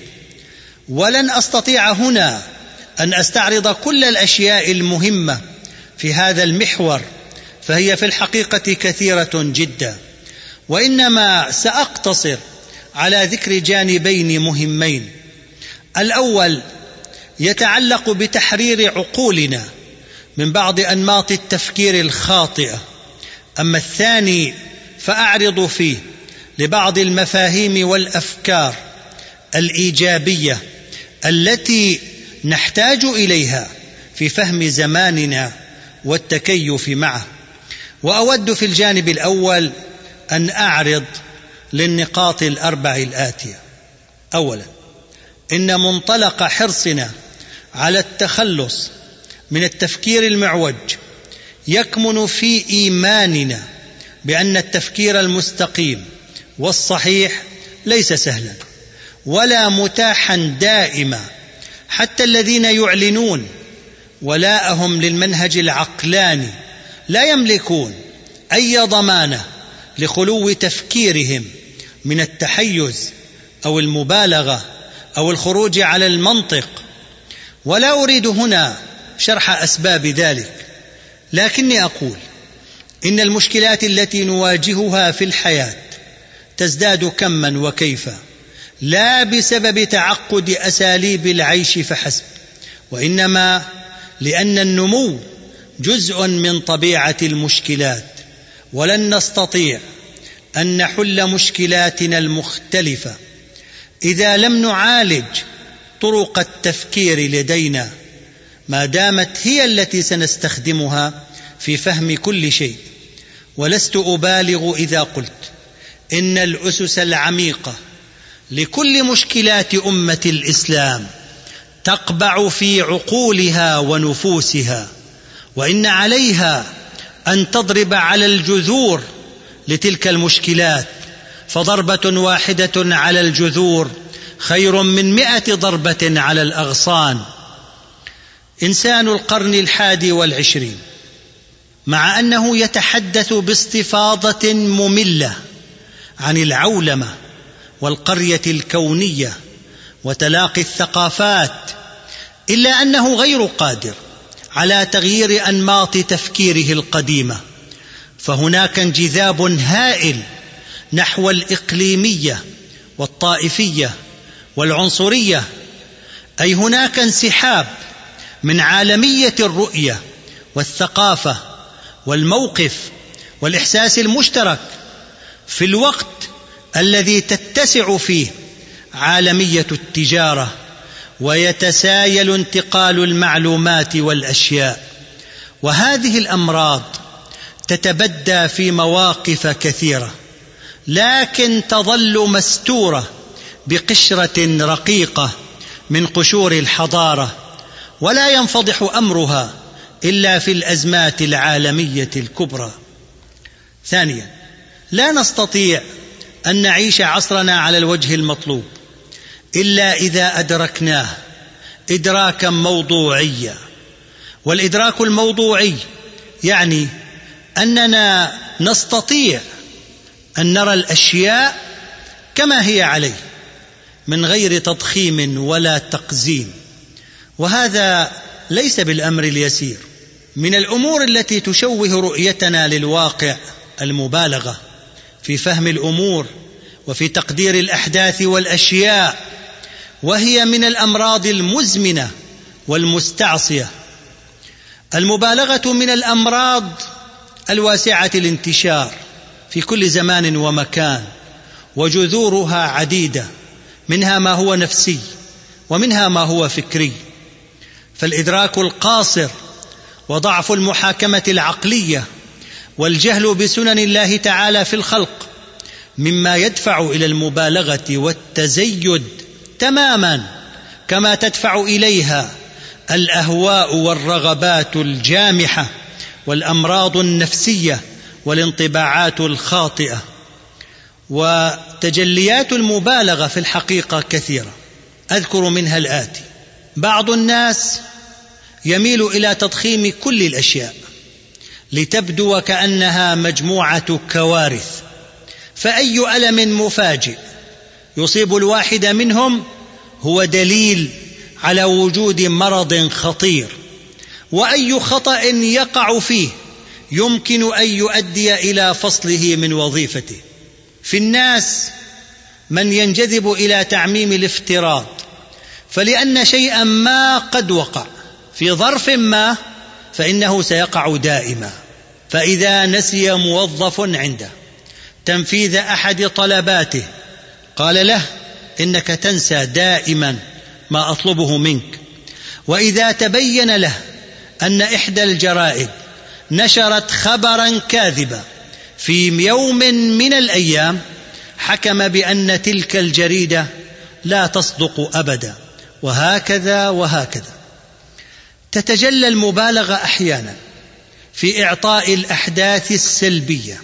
ولن أستطيع هنا أن أستعرض كل الأشياء المهمة في هذا المحور، فهي في الحقيقة كثيرة جدا، وإنما سأقتصر على ذكر جانبين مهمين. الأول يتعلق بتحرير عقولنا من بعض أنماط التفكير الخاطئة، أما الثاني فأعرض فيه لبعض المفاهيم والأفكار الإيجابية التي نحتاج إليها في فهم زماننا والتكيف معه. وأود في الجانب الأول أن أعرض للنقاط الأربع الآتية. أولا، إن منطلق حرصنا على التخلص من التفكير المعوج يكمن في إيماننا بأن التفكير المستقيم والصحيح ليس سهلا ولا متاحا دائما. حتى الذين يعلنون ولاءهم للمنهج العقلاني لا يملكون أي ضمانة لخلو تفكيرهم من التحيز أو المبالغة أو الخروج على المنطق. ولا أريد هنا شرح أسباب ذلك، لكني أقول إن المشكلات التي نواجهها في الحياة تزداد كما وكيفا، لا بسبب تعقد أساليب العيش فحسب، وإنما لأن النمو جزء من طبيعة المشكلات، ولن نستطيع أن نحل مشكلاتنا المختلفة إذا لم نعالج طرق التفكير لدينا، ما دامت هي التي سنستخدمها في فهم كل شيء. ولست أبالغ إذا قلت إن الأسس العميقة لكل مشكلات أمة الإسلام تقبع في عقولها ونفوسها، وإن عليها أن تضرب على الجذور لتلك المشكلات، فضربة واحدة على الجذور خير من مئة ضربة على الأغصان. إنسان القرن الحادي والعشرين مع أنه يتحدث باستفاضة مملة عن العولمة والقرية الكونية وتلاقي الثقافات، إلا أنه غير قادر على تغيير أنماط تفكيره القديمة. فهناك انجذاب هائل نحو الإقليمية والطائفية والعنصرية، أي هناك انسحاب من عالمية الرؤية والثقافة والموقف والإحساس المشترك، في الوقت الذي تتسع فيه عالمية التجارة ويتسايل انتقال المعلومات والأشياء. وهذه الأمراض تتبدى في مواقف كثيرة، لكن تظل مستورة بقشرة رقيقة من قشور الحضارة، ولا ينفضح أمرها إلا في الأزمات العالمية الكبرى. ثانيا، لا نستطيع أن نعيش عصرنا على الوجه المطلوب إلا إذا أدركناه إدراكا موضوعيا. والإدراك الموضوعي يعني أننا نستطيع أن نرى الأشياء كما هي عليه من غير تضخيم ولا تقزيم، وهذا ليس بالأمر اليسير. من الأمور التي تشوه رؤيتنا للواقع المبالغة في فهم الأمور وفي تقدير الأحداث والأشياء، وهي من الأمراض المزمنة والمستعصية. المبالغة من الأمراض الواسعة الانتشار في كل زمان ومكان، وجذورها عديدة، منها ما هو نفسي ومنها ما هو فكري. فالإدراك القاصر وضعف المحاكمة العقلية والجهل بسنن الله تعالى في الخلق مما يدفع إلى المبالغة والتزيد تماما كما تدفع إليها الأهواء والرغبات الجامحة والأمراض النفسية والانطباعات الخاطئة. وتجليات المبالغة في الحقيقة كثيرة، أذكر منها الآتي: بعض الناس يميل إلى تضخيم كل الأشياء لتبدو وكأنها مجموعة كوارث، فأي ألم مفاجئ يصيب الواحد منهم هو دليل على وجود مرض خطير، وأي خطأ يقع فيه يمكن أن يؤدي إلى فصله من وظيفته. في الناس من ينجذب إلى تعميم الافتراض، فلأن شيئا ما قد وقع في ظرف ما فإنه سيقع دائما. فإذا نسي موظف عنده تنفيذ أحد طلباته قال له: إنك تنسى دائما ما أطلبه منك. وإذا تبين له أن إحدى الجرائد نشرت خبرا كاذبا في يوم من الأيام حكم بأن تلك الجريدة لا تصدق أبدا، وهكذا وهكذا. تتجلى المبالغة أحيانا في إعطاء الأحداث السلبية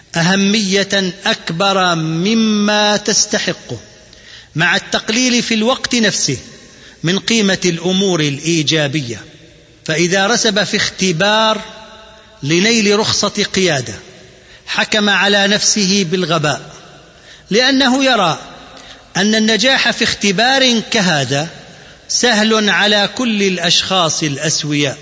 أهمية أكبر مما تستحقه، مع التقليل في الوقت نفسه من قيمة الأمور الإيجابية. فإذا رسب في اختبار لنيل رخصة قيادة حكم على نفسه بالغباء، لأنه يرى أن النجاح في اختبار كهذا سهل على كل الأشخاص الأسوياء.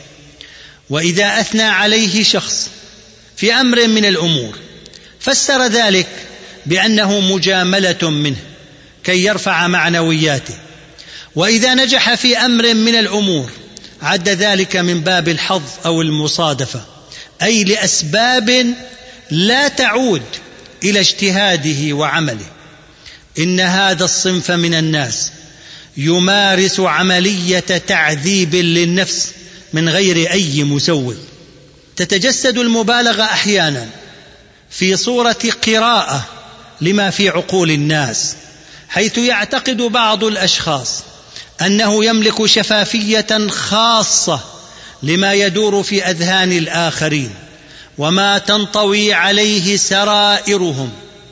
وإذا أثنى عليه شخص في أمر من الأمور فسر ذلك بأنه مجاملة منه كي يرفع معنوياته، وإذا نجح في أمر من الأمور عد ذلك من باب الحظ أو المصادفة، أي لأسباب لا تعود إلى اجتهاده وعمله. إن هذا الصنف من الناس يمارس عملية تعذيب للنفس من غير أي مسوغ. تتجسد المبالغة أحيانا في صورة قراءة لما في عقول الناس، حيث يعتقد بعض الأشخاص أنه يملك شفافية خاصة لما يدور في أذهان الآخرين وما تنطوي عليه سرائرهم.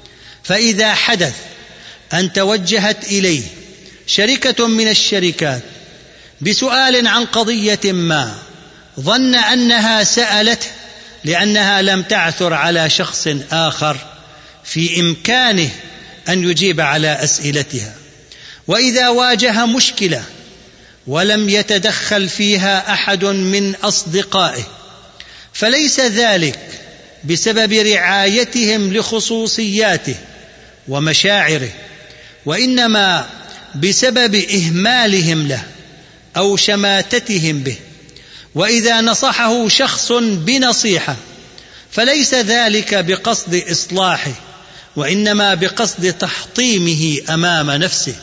فإذا حدث أن توجهت إليه شركة من الشركات بسؤال عن قضية ما، ظن أنها سألته لأنها لم تعثر على شخص آخر في إمكانه أن يجيب على أسئلتها. وإذا واجه مشكلة ولم يتدخل فيها أحد من أصدقائه فليس ذلك بسبب رعايتهم لخصوصياته ومشاعره، وإنما بسبب إهمالهم له أو شماتتهم به. وإذا نصحه شخص بنصيحة فليس ذلك بقصد إصلاحه، وإنما بقصد تحطيمه أمام نفسه.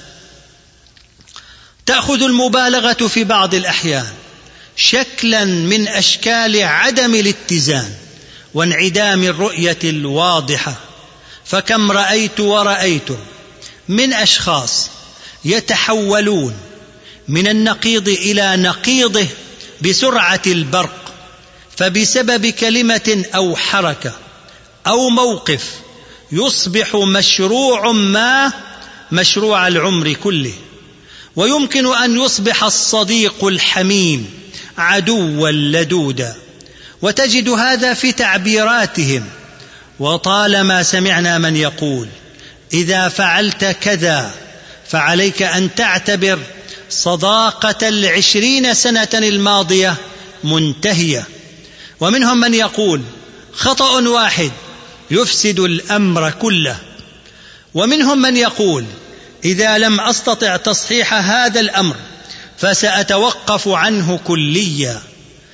تأخذ المبالغة في بعض الأحيان شكلا من أشكال عدم الاتزان وانعدام الرؤية الواضحة. فكم رأيت ورأيت من أشخاص يتحولون من النقيض إلى نقيضه بسرعة البرق، فبسبب كلمة أو حركة أو موقف يصبح مشروع ما مشروع العمر كله، ويمكن أن يصبح الصديق الحميم عدوا لدودا، وتجد هذا في تعبيراتهم. وطالما سمعنا من يقول إذا فعلت كذا فعليك أن تعتبر صداقة العشرين سنة الماضية منتهية، ومنهم من يقول خطأ واحد يفسد الأمر كله، ومنهم من يقول إذا لم أستطع تصحيح هذا الأمر فسأتوقف عنه كليا.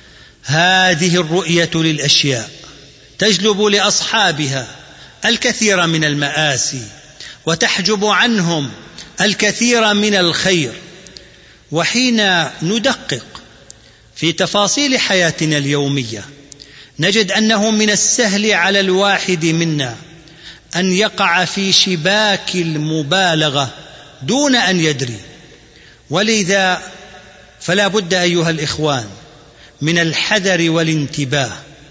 هذه الرؤية للأشياء تجلب لأصحابها الكثير من المآسي، وتحجب عنهم الكثير من الخير. وحين ندقق في تفاصيل حياتنا اليومية نجد أنه من السهل على الواحد منا أن يقع في شباك المبالغة دون أن يدري، ولذا فلا بد أيها الإخوان من الحذر والانتباه.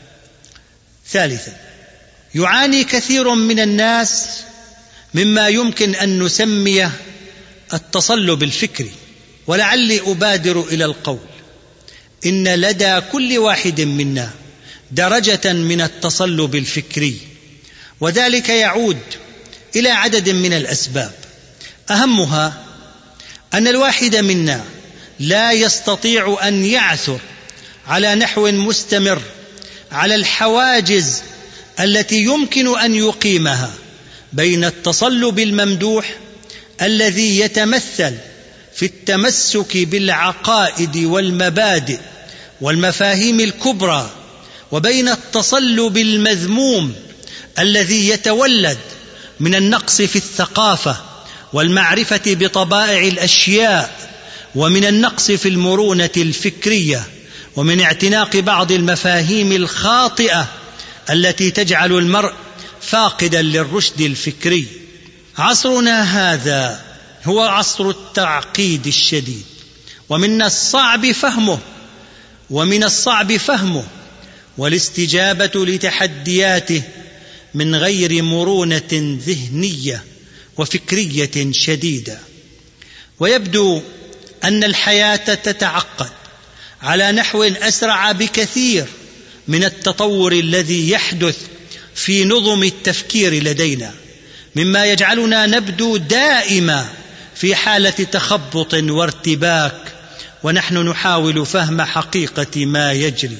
ثالثا، يعاني كثير من الناس مما يمكن أن نسميه التصلب الفكري، ولعلي أبادر إلى القول إن لدى كل واحد منا درجة من التصلب الفكري، وذلك يعود إلى عدد من الأسباب. أهمها أن الواحد منا لا يستطيع أن يعثر على نحو مستمر على الحواجز التي يمكن أن يقيمها بين التصلب الممدوح الذي يتمثل في التمسك بالعقائد والمبادئ والمفاهيم الكبرى، وبين التصلب المذموم الذي يتولد من النقص في الثقافة والمعرفة بطبائع الأشياء، ومن النقص في المرونة الفكرية، ومن اعتناق بعض المفاهيم الخاطئة التي تجعل المرء فاقدا للرشد الفكري. عصرنا هذا هو عصر التعقيد الشديد، ومن الصعب فهمه ومن الصعب فهمه والاستجابة لتحدياته من غير مرونة ذهنية وفكرية شديدة. ويبدو أن الحياة تتعقد على نحو أسرع بكثير من التطور الذي يحدث في نظم التفكير لدينا، مما يجعلنا نبدو دائما في حالة تخبط وارتباك ونحن نحاول فهم حقيقة ما يجري.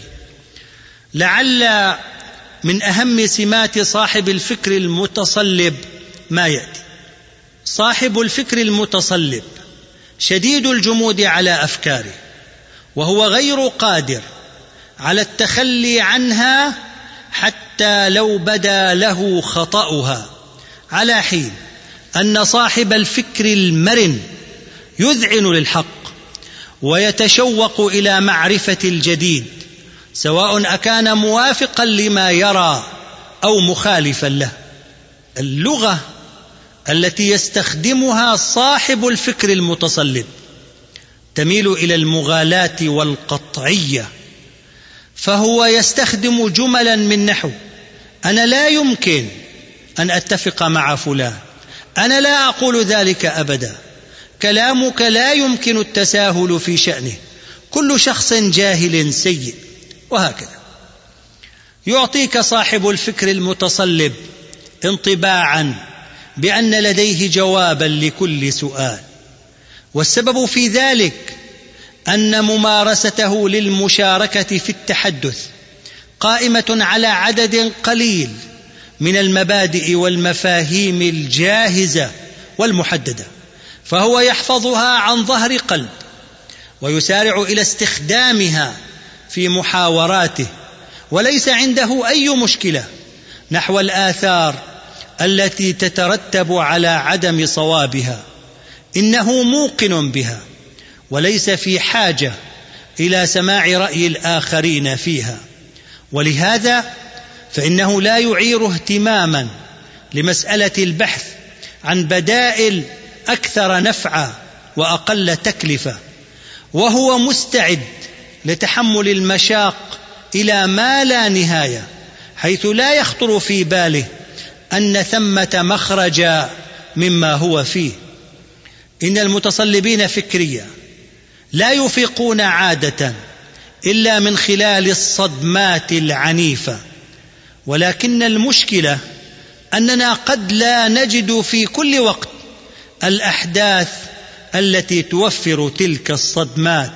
لعل من أهم سمات صاحب الفكر المتصلب ما يأتي: صاحب الفكر المتصلب شديد الجمود على أفكاره، وهو غير قادر على التخلي عنها حتى لو بدا له خطأها، على حين أن صاحب الفكر المرن يذعن للحق ويتشوق إلى معرفة الجديد، سواء أكان موافقا لما يرى أو مخالفا له. اللغة التي يستخدمها صاحب الفكر المتصلب تميل إلى المغالاة والقطعية، فهو يستخدم جملا من نحو: أنا لا يمكن أن أتفق مع فلان، أنا لا أقول ذلك أبدا، كلامك لا يمكن التساهل في شأنه، كل شخص جاهل سيء، وهكذا. يعطيك صاحب الفكر المتصلب انطباعا بأن لديه جوابا لكل سؤال، والسبب في ذلك أن ممارسته للمشاركة في التحدث قائمة على عدد قليل من المبادئ والمفاهيم الجاهزة والمحددة، فهو يحفظها عن ظهر قلب ويسارع إلى استخدامها في محاوراته، وليس عنده أي مشكلة نحو الآثار التي تترتب على عدم صوابها، إنه موقن بها وليس في حاجة إلى سماع رأي الآخرين فيها. ولهذا فإنه لا يعير اهتماما لمسألة البحث عن بدائل أكثر نفعا وأقل تكلفة، وهو مستعد لتحمل المشاق إلى ما لا نهاية، حيث لا يخطر في باله أن ثمة مخرجا مما هو فيه. إن المتصلبين فكريا لا يفيقون عادة إلا من خلال الصدمات العنيفة، ولكن المشكلة أننا قد لا نجد في كل وقت الأحداث التي توفر تلك الصدمات.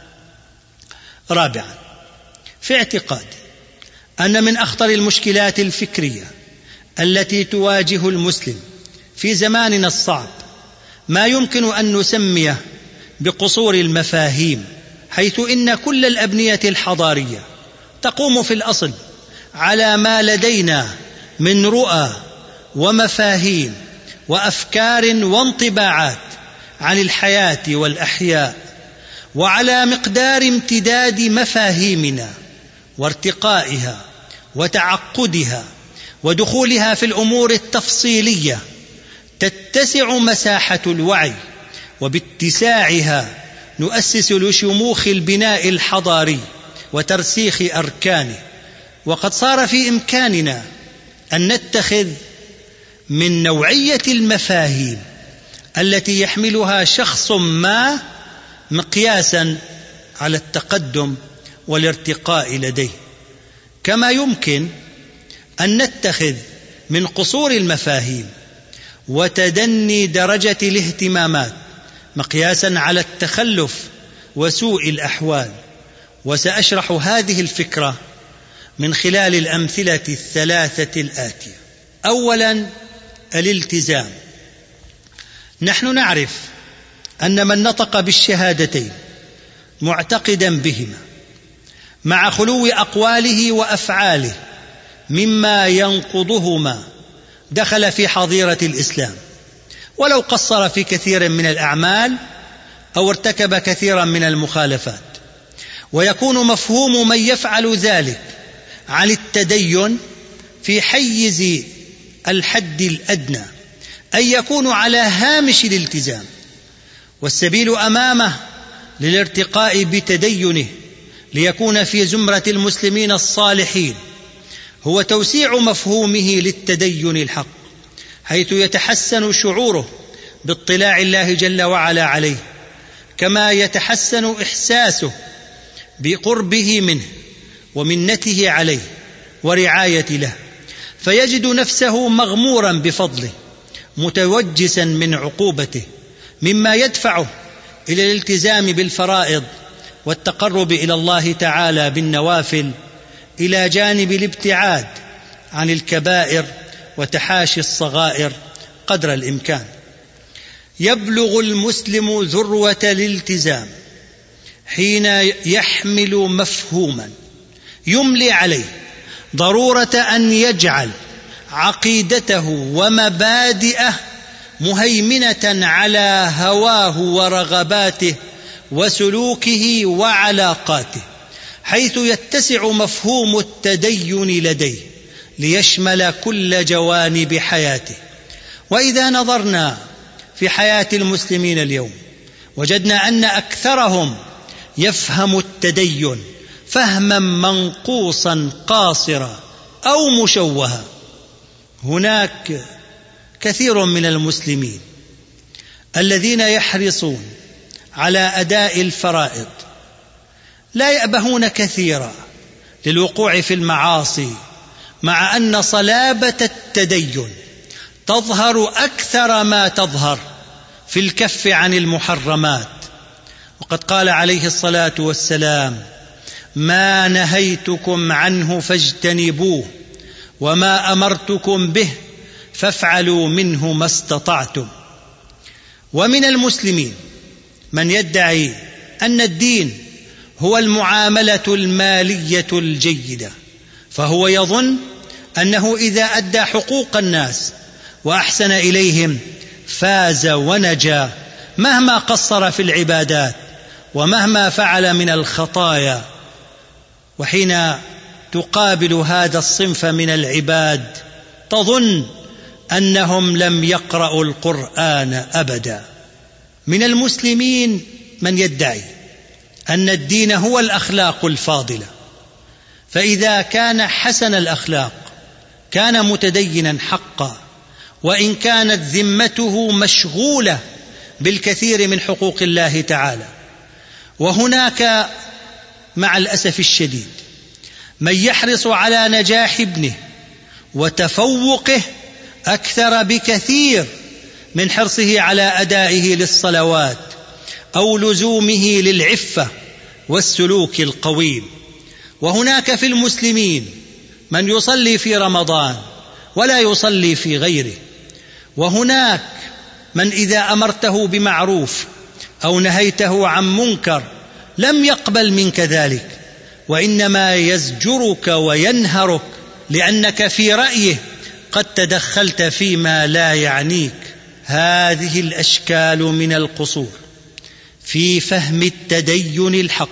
رابعا، في اعتقادي أن من أخطر المشكلات الفكرية التي تواجه المسلم في زماننا الصعب ما يمكن أن نسميه بقصور المفاهيم، حيث إن كل الأبنية الحضارية تقوم في الأصل على ما لدينا من رؤى ومفاهيم وأفكار وانطباعات عن الحياة والأحياء، وعلى مقدار امتداد مفاهيمنا وارتقائها وتعقدها ودخولها في الأمور التفصيلية تتسع مساحة الوعي، وباتساعها نؤسس لشموخ البناء الحضاري وترسيخ أركانه. وقد صار في إمكاننا أن نتخذ من نوعية المفاهيم التي يحملها شخص ما مقياسا على التقدم والارتقاء لديه، كما يمكن أن نتخذ من قصور المفاهيم وتدني درجة الاهتمامات مقياسا على التخلف وسوء الأحوال. وسأشرح هذه الفكرة من خلال الأمثلة الثلاثة الآتية. أولا، الالتزام. نحن نعرف أن من نطق بالشهادتين معتقدا بهما مع خلو أقواله وأفعاله مما ينقضهما دخل في حظيرة الإسلام، ولو قصر في كثير من الأعمال أو ارتكب كثيرا من المخالفات. ويكون مفهوم من يفعل ذلك عن التدين في حيز الحد الأدنى، أن يكون على هامش الالتزام، والسبيل أمامه للارتقاء بتدينه ليكون في زمرة المسلمين الصالحين هو توسيع مفهومه للتدين الحق، حيث يتحسن شعوره باطلاع الله جل وعلا عليه، كما يتحسن إحساسه بقربه منه ومنته عليه ورعاية له، فيجد نفسه مغمورا بفضله متوجسا من عقوبته، مما يدفعه إلى الالتزام بالفرائض والتقرب إلى الله تعالى بالنوافل، إلى جانب الابتعاد عن الكبائر وتحاشي الصغائر قدر الإمكان. يبلغ المسلم ذروة الالتزام حين يحمل مفهوما يملي عليه ضرورة أن يجعل عقيدته ومبادئه مهيمنة على هواه ورغباته وسلوكه وعلاقاته، حيث يتسع مفهوم التدين لديه ليشمل كل جوانب حياته. وإذا نظرنا في حياة المسلمين اليوم وجدنا أن أكثرهم يفهم التدين فهما منقوصا قاصرا أو مشوها. هناك كثير من المسلمين الذين يحرصون على أداء الفرائض، لا يأبهون كثيرا للوقوع في المعاصي، مع أن صلابة التدين تظهر أكثر ما تظهر في الكف عن المحرمات. وقد قال عليه الصلاة والسلام: ما نهيتكم عنه فاجتنبوه وما أمرتكم به فافعلوا منه ما استطعتم. ومن المسلمين من يدعي أن الدين هو المعاملة المالية الجيدة، فهو يظن أنه إذا أدى حقوق الناس وأحسن إليهم فاز ونجا، مهما قصر في العبادات ومهما فعل من الخطايا. وحين تقابل هذا الصنف من العباد تظن أنهم لم يقرأوا القرآن أبدا. من المسلمين من يدعي أن الدين هو الأخلاق الفاضلة، فإذا كان حسن الأخلاق كان متدينا حقا، وإن كانت ذمته مشغولة بالكثير من حقوق الله تعالى. وهناك مع الأسف الشديد من يحرص على نجاح ابنه وتفوقه أكثر بكثير من حرصه على أدائه للصلوات أو لزومه للعفة والسلوك القويم. وهناك في المسلمين من يصلي في رمضان ولا يصلي في غيره، وهناك من إذا أمرته بمعروف أو نهيته عن منكر لم يقبل منك ذلك، وإنما يزجرك وينهرك لأنك في رأيه قد تدخلت فيما لا يعنيك. هذه الأشكال من القصور في فهم التدين الحق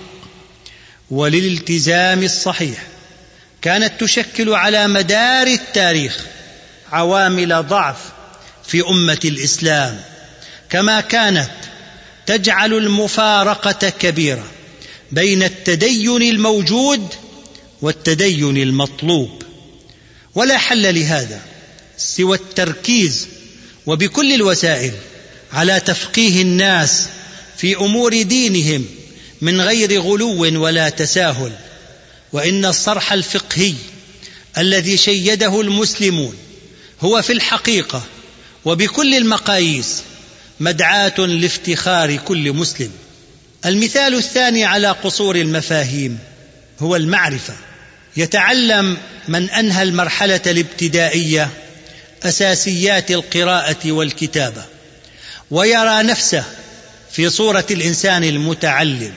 والالتزام الصحيح كانت تشكل على مدار التاريخ عوامل ضعف في أمة الإسلام، كما كانت تجعل المفارقة كبيرة بين التدين الموجود والتدين المطلوب. ولا حل لهذا سوى التركيز وبكل الوسائل على تفقيه الناس في أمور دينهم من غير غلو ولا تساهل. وإن الصرح الفقهي الذي شيده المسلمون هو في الحقيقة وبكل المقاييس مدعاة لافتخار كل مسلم. المثال الثاني على قصور المفاهيم هو المعرفة. يتعلم من أنهى المرحلة الابتدائية أساسيات القراءة والكتابة ويرى نفسه في صورة الإنسان المتعلم،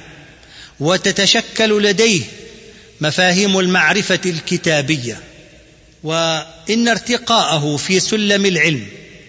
وتتشكل لديه مفاهيم المعرفة الكتابية، وإن ارتقاءه في سلم العلم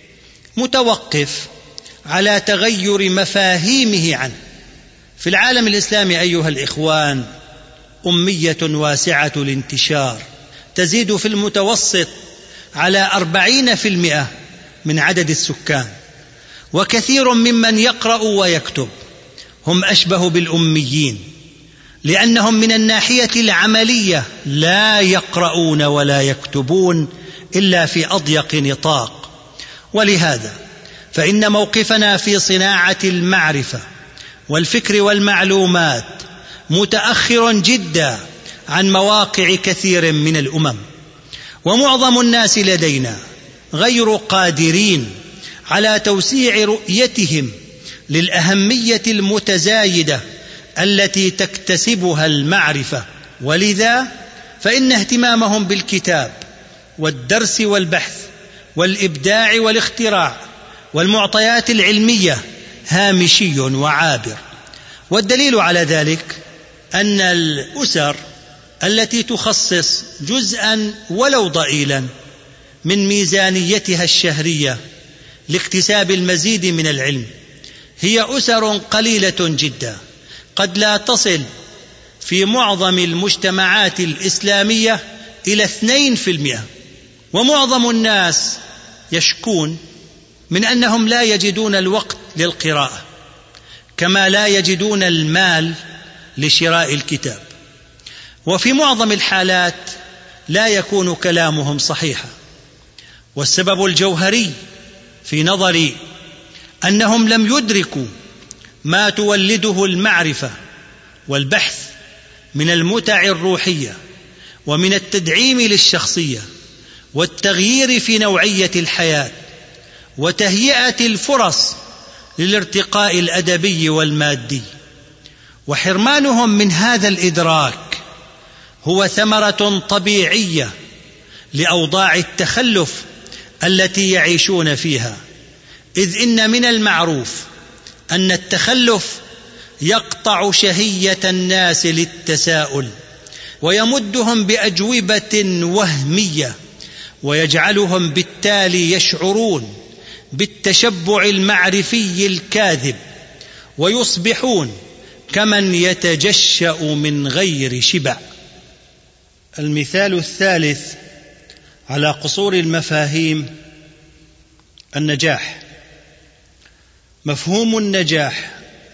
متوقف على تغير مفاهيمه عنه. في العالم الإسلامي أيها الإخوان أمية واسعة الانتشار تزيد في المتوسط على أربعين في المئة من عدد السكان، وكثير ممن يقرأ ويكتب هم أشبه بالأميين، لأنهم من الناحية العملية لا يقرؤون ولا يكتبون إلا في أضيق نطاق. ولهذا فإن موقفنا في صناعة المعرفة والفكر والمعلومات متأخر جدا عن مواقع كثير من الأمم، ومعظم الناس لدينا غير قادرين على توسيع رؤيتهم للأهمية المتزايدة التي تكتسبها المعرفة. ولذا فإن اهتمامهم بالكتاب والدرس والبحث والإبداع والاختراع والمعطيات العلمية هامشي وعابر. والدليل على ذلك أن الأسر التي تخصص جزءا ولو ضئيلا من ميزانيتها الشهرية لاكتساب المزيد من العلم هي أسر قليلة جدا، قد لا تصل في معظم المجتمعات الإسلامية إلى اثنين في المئة. ومعظم الناس يشكون من أنهم لا يجدون الوقت للقراءة، كما لا يجدون المال لشراء الكتاب. وفي معظم الحالات لا يكون كلامهم صحيحا، والسبب الجوهري في نظري أنهم لم يدركوا ما تولده المعرفة والبحث من المتع الروحية ومن التدعيم للشخصية والتغيير في نوعية الحياة وتهيئة الفرص للارتقاء الأدبي والمادي. وحرمانهم من هذا الإدراك هو ثمرة طبيعية لأوضاع التخلف التي يعيشون فيها، إذ إن من المعروف أن التخلف يقطع شهية الناس للتساؤل ويمدهم بأجوبة وهمية، ويجعلهم بالتالي يشعرون بالتشبع المعرفي الكاذب، ويصبحون كمن يتجشأ من غير شبع. المثال الثالث على قصور المفاهيم النجاح. مفهوم النجاح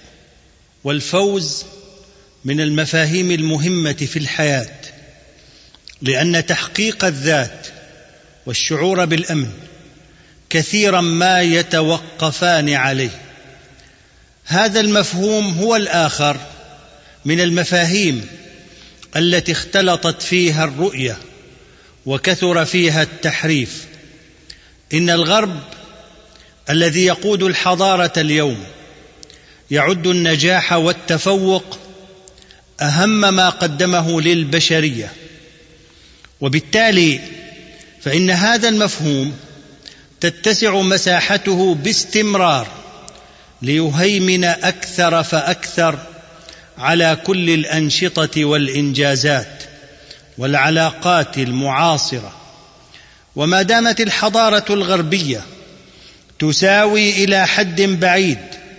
والفوز من المفاهيم المهمة في الحياة، لأن تحقيق الذات والشعور بالأمن كثيرا ما يتوقفان عليه. هذا المفهوم هو الآخر من المفاهيم التي اختلطت فيها الرؤية وكثر فيها التحريف. إن الغرب الذي يقود الحضارة اليوم يعد النجاح والتفوق أهم ما قدمه للبشرية، وبالتالي فإن هذا المفهوم تتسع مساحته باستمرار ليهيمن أكثر فأكثر على كل الأنشطة والإنجازات والعلاقات المعاصرة. وما دامت الحضارة الغربية تساوي إلى حد بعيد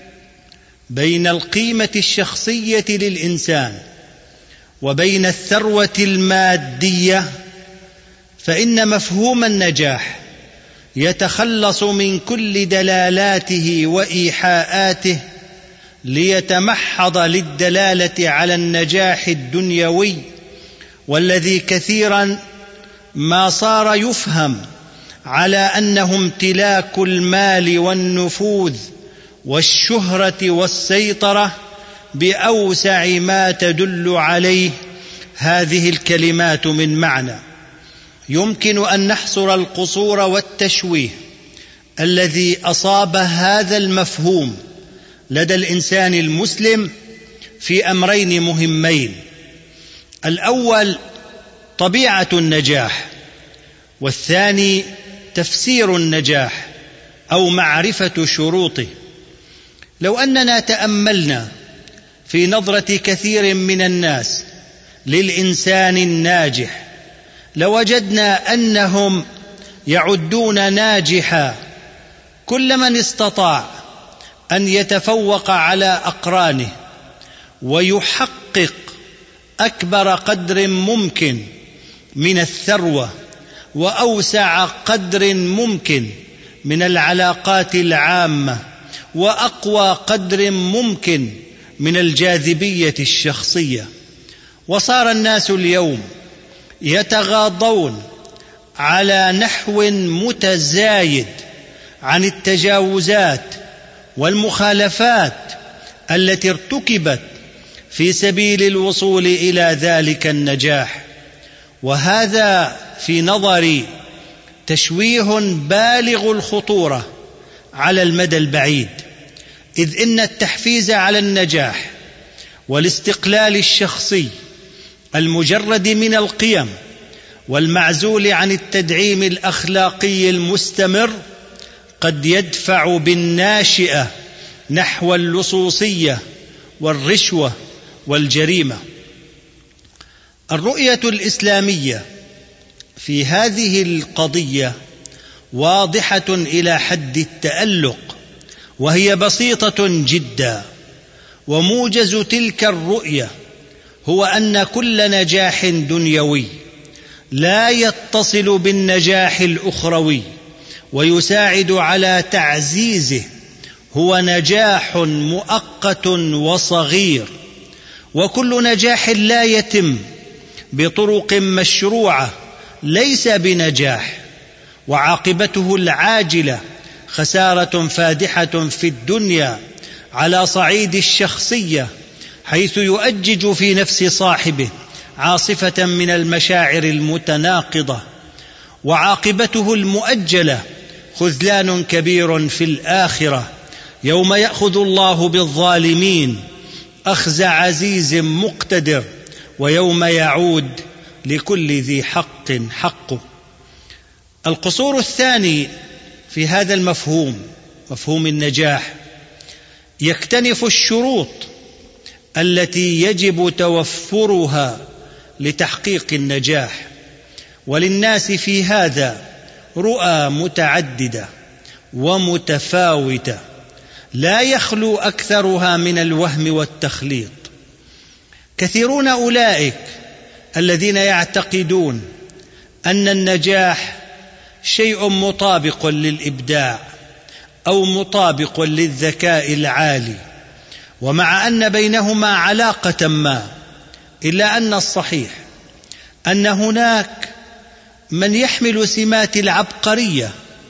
بين القيمة الشخصية للإنسان وبين الثروة المادية، فإن مفهوم النجاح يتخلص من كل دلالاته وإيحاءاته ليتمحض للدلالة على النجاح الدنيوي، والذي كثيرا ما صار يفهم على أنه امتلاك المال والنفوذ والشهرة والسيطرة بأوسع ما تدل عليه هذه الكلمات من معنى. يمكن أن نحصر القصور والتشويه الذي أصاب هذا المفهوم لدى الإنسان المسلم في أمرين مهمين: الأول طبيعة النجاح، والثاني تفسير النجاح أو معرفة شروطه. لو أننا تأملنا في نظرة كثير من الناس للإنسان الناجح لوجدنا أنهم يعدون ناجحا كل من استطاع أن يتفوق على أقرانه ويحقق أكبر قدر ممكن من الثروة وأوسع قدر ممكن من العلاقات العامة وأقوى قدر ممكن من الجاذبية الشخصية. وصار الناس اليوم يتغاضون على نحو متزايد عن التجاوزات والمخالفات التي ارتكبت في سبيل الوصول إلى ذلك النجاح، وهذا في نظري تشويه بالغ الخطورة على المدى البعيد، إذ إن التحفيز على النجاح والاستقلال الشخصي المجرد من القيم والمعزول عن التدعيم الأخلاقي المستمر قد يدفع بالناشئة نحو اللصوصية والرشوة والجريمة. الرؤية الإسلامية في هذه القضية واضحة إلى حد التألق، وهي بسيطة جدا. وموجز تلك الرؤية هو أن كل نجاح دنيوي لا يتصل بالنجاح الأخروي ويساعد على تعزيزه هو نجاح مؤقت وصغير، وكل نجاح لا يتم بطرق مشروعة ليس بنجاح، وعاقبته العاجلة خسارة فادحة في الدنيا على صعيد الشخصية، حيث يؤجج في نفس صاحبه عاصفة من المشاعر المتناقضة، وعاقبته المؤجلة خذلان كبير في الآخرة، يوم يأخذ الله بالظالمين أخذ عزيز مقتدر، ويوم يعود لكل ذي حق حقه. القصور الثاني في هذا المفهوم، مفهوم النجاح، يكتنف الشروط التي يجب توفرها لتحقيق النجاح، وللناس في هذا رؤى متعددة ومتفاوتة لا يخلو أكثرها من الوهم والتخليط. كثيرون أولئك الذين يعتقدون أن النجاح شيء مطابق للإبداع أو مطابق للذكاء العالي، ومع أن بينهما علاقة ما، إلا أن الصحيح أن هناك من يحمل سمات العبقرية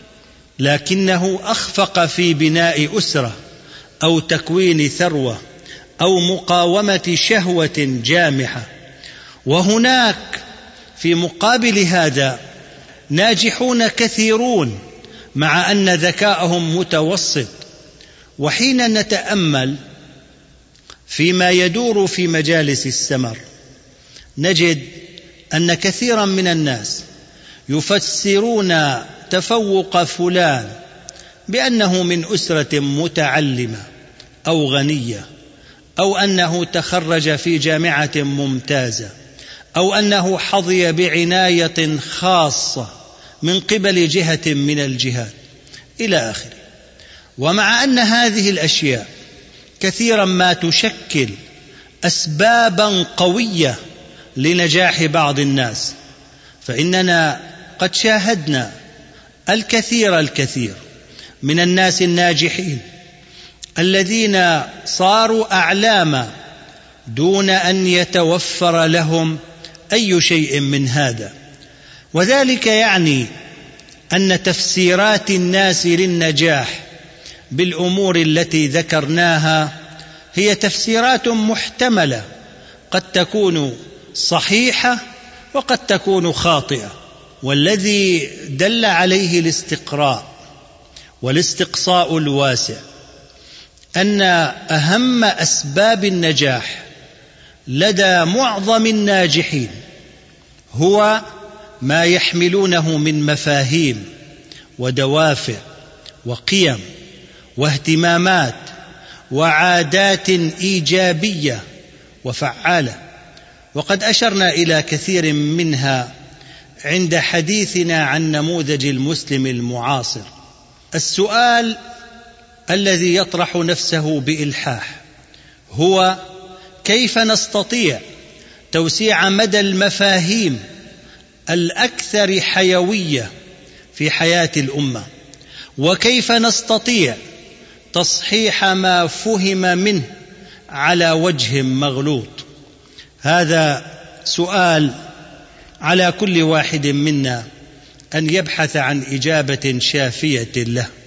لكنه أخفق في بناء أسرة أو تكوين ثروة أو مقاومة شهوة جامحة. وهناك في مقابل هذا ناجحون كثيرون مع أن ذكاءهم متوسط. وحين نتأمل فيما يدور في مجالس السمر نجد أن كثيرا من الناس يفسرون تفوق فلان بأنه من أسرة متعلمة أو غنية، أو أنه تخرج في جامعة ممتازة، أو أنه حظي بعناية خاصة من قبل جهة من الجهات إلى آخره. ومع أن هذه الأشياء كثيرا ما تشكل أسبابا قوية لنجاح بعض الناس، فإننا قد شاهدنا الكثير الكثير من الناس الناجحين الذين صاروا أعلاما دون أن يتوفر لهم أي شيء من هذا. وذلك يعني أن تفسيرات الناس للنجاح بالأمور التي ذكرناها هي تفسيرات محتملة، قد تكون صحيحة وقد تكون خاطئة. والذي دل عليه الاستقراء والاستقصاء الواسع أن أهم أسباب النجاح لدى معظم الناجحين هو ما يحملونه من مفاهيم ودوافع وقيم واهتمامات وعادات إيجابية وفعالة. وقد أشرنا إلى كثير منها عند حديثنا عن نموذج المسلم المعاصر. السؤال الذي يطرح نفسه بإلحاح هو كيف نستطيع توسيع مدى المفاهيم الأكثر حيوية في حياة الأمة، وكيف نستطيع تصحيح ما فهم منه على وجه مغلوط. هذا سؤال على كل واحد منا أن يبحث عن إجابة شافية له.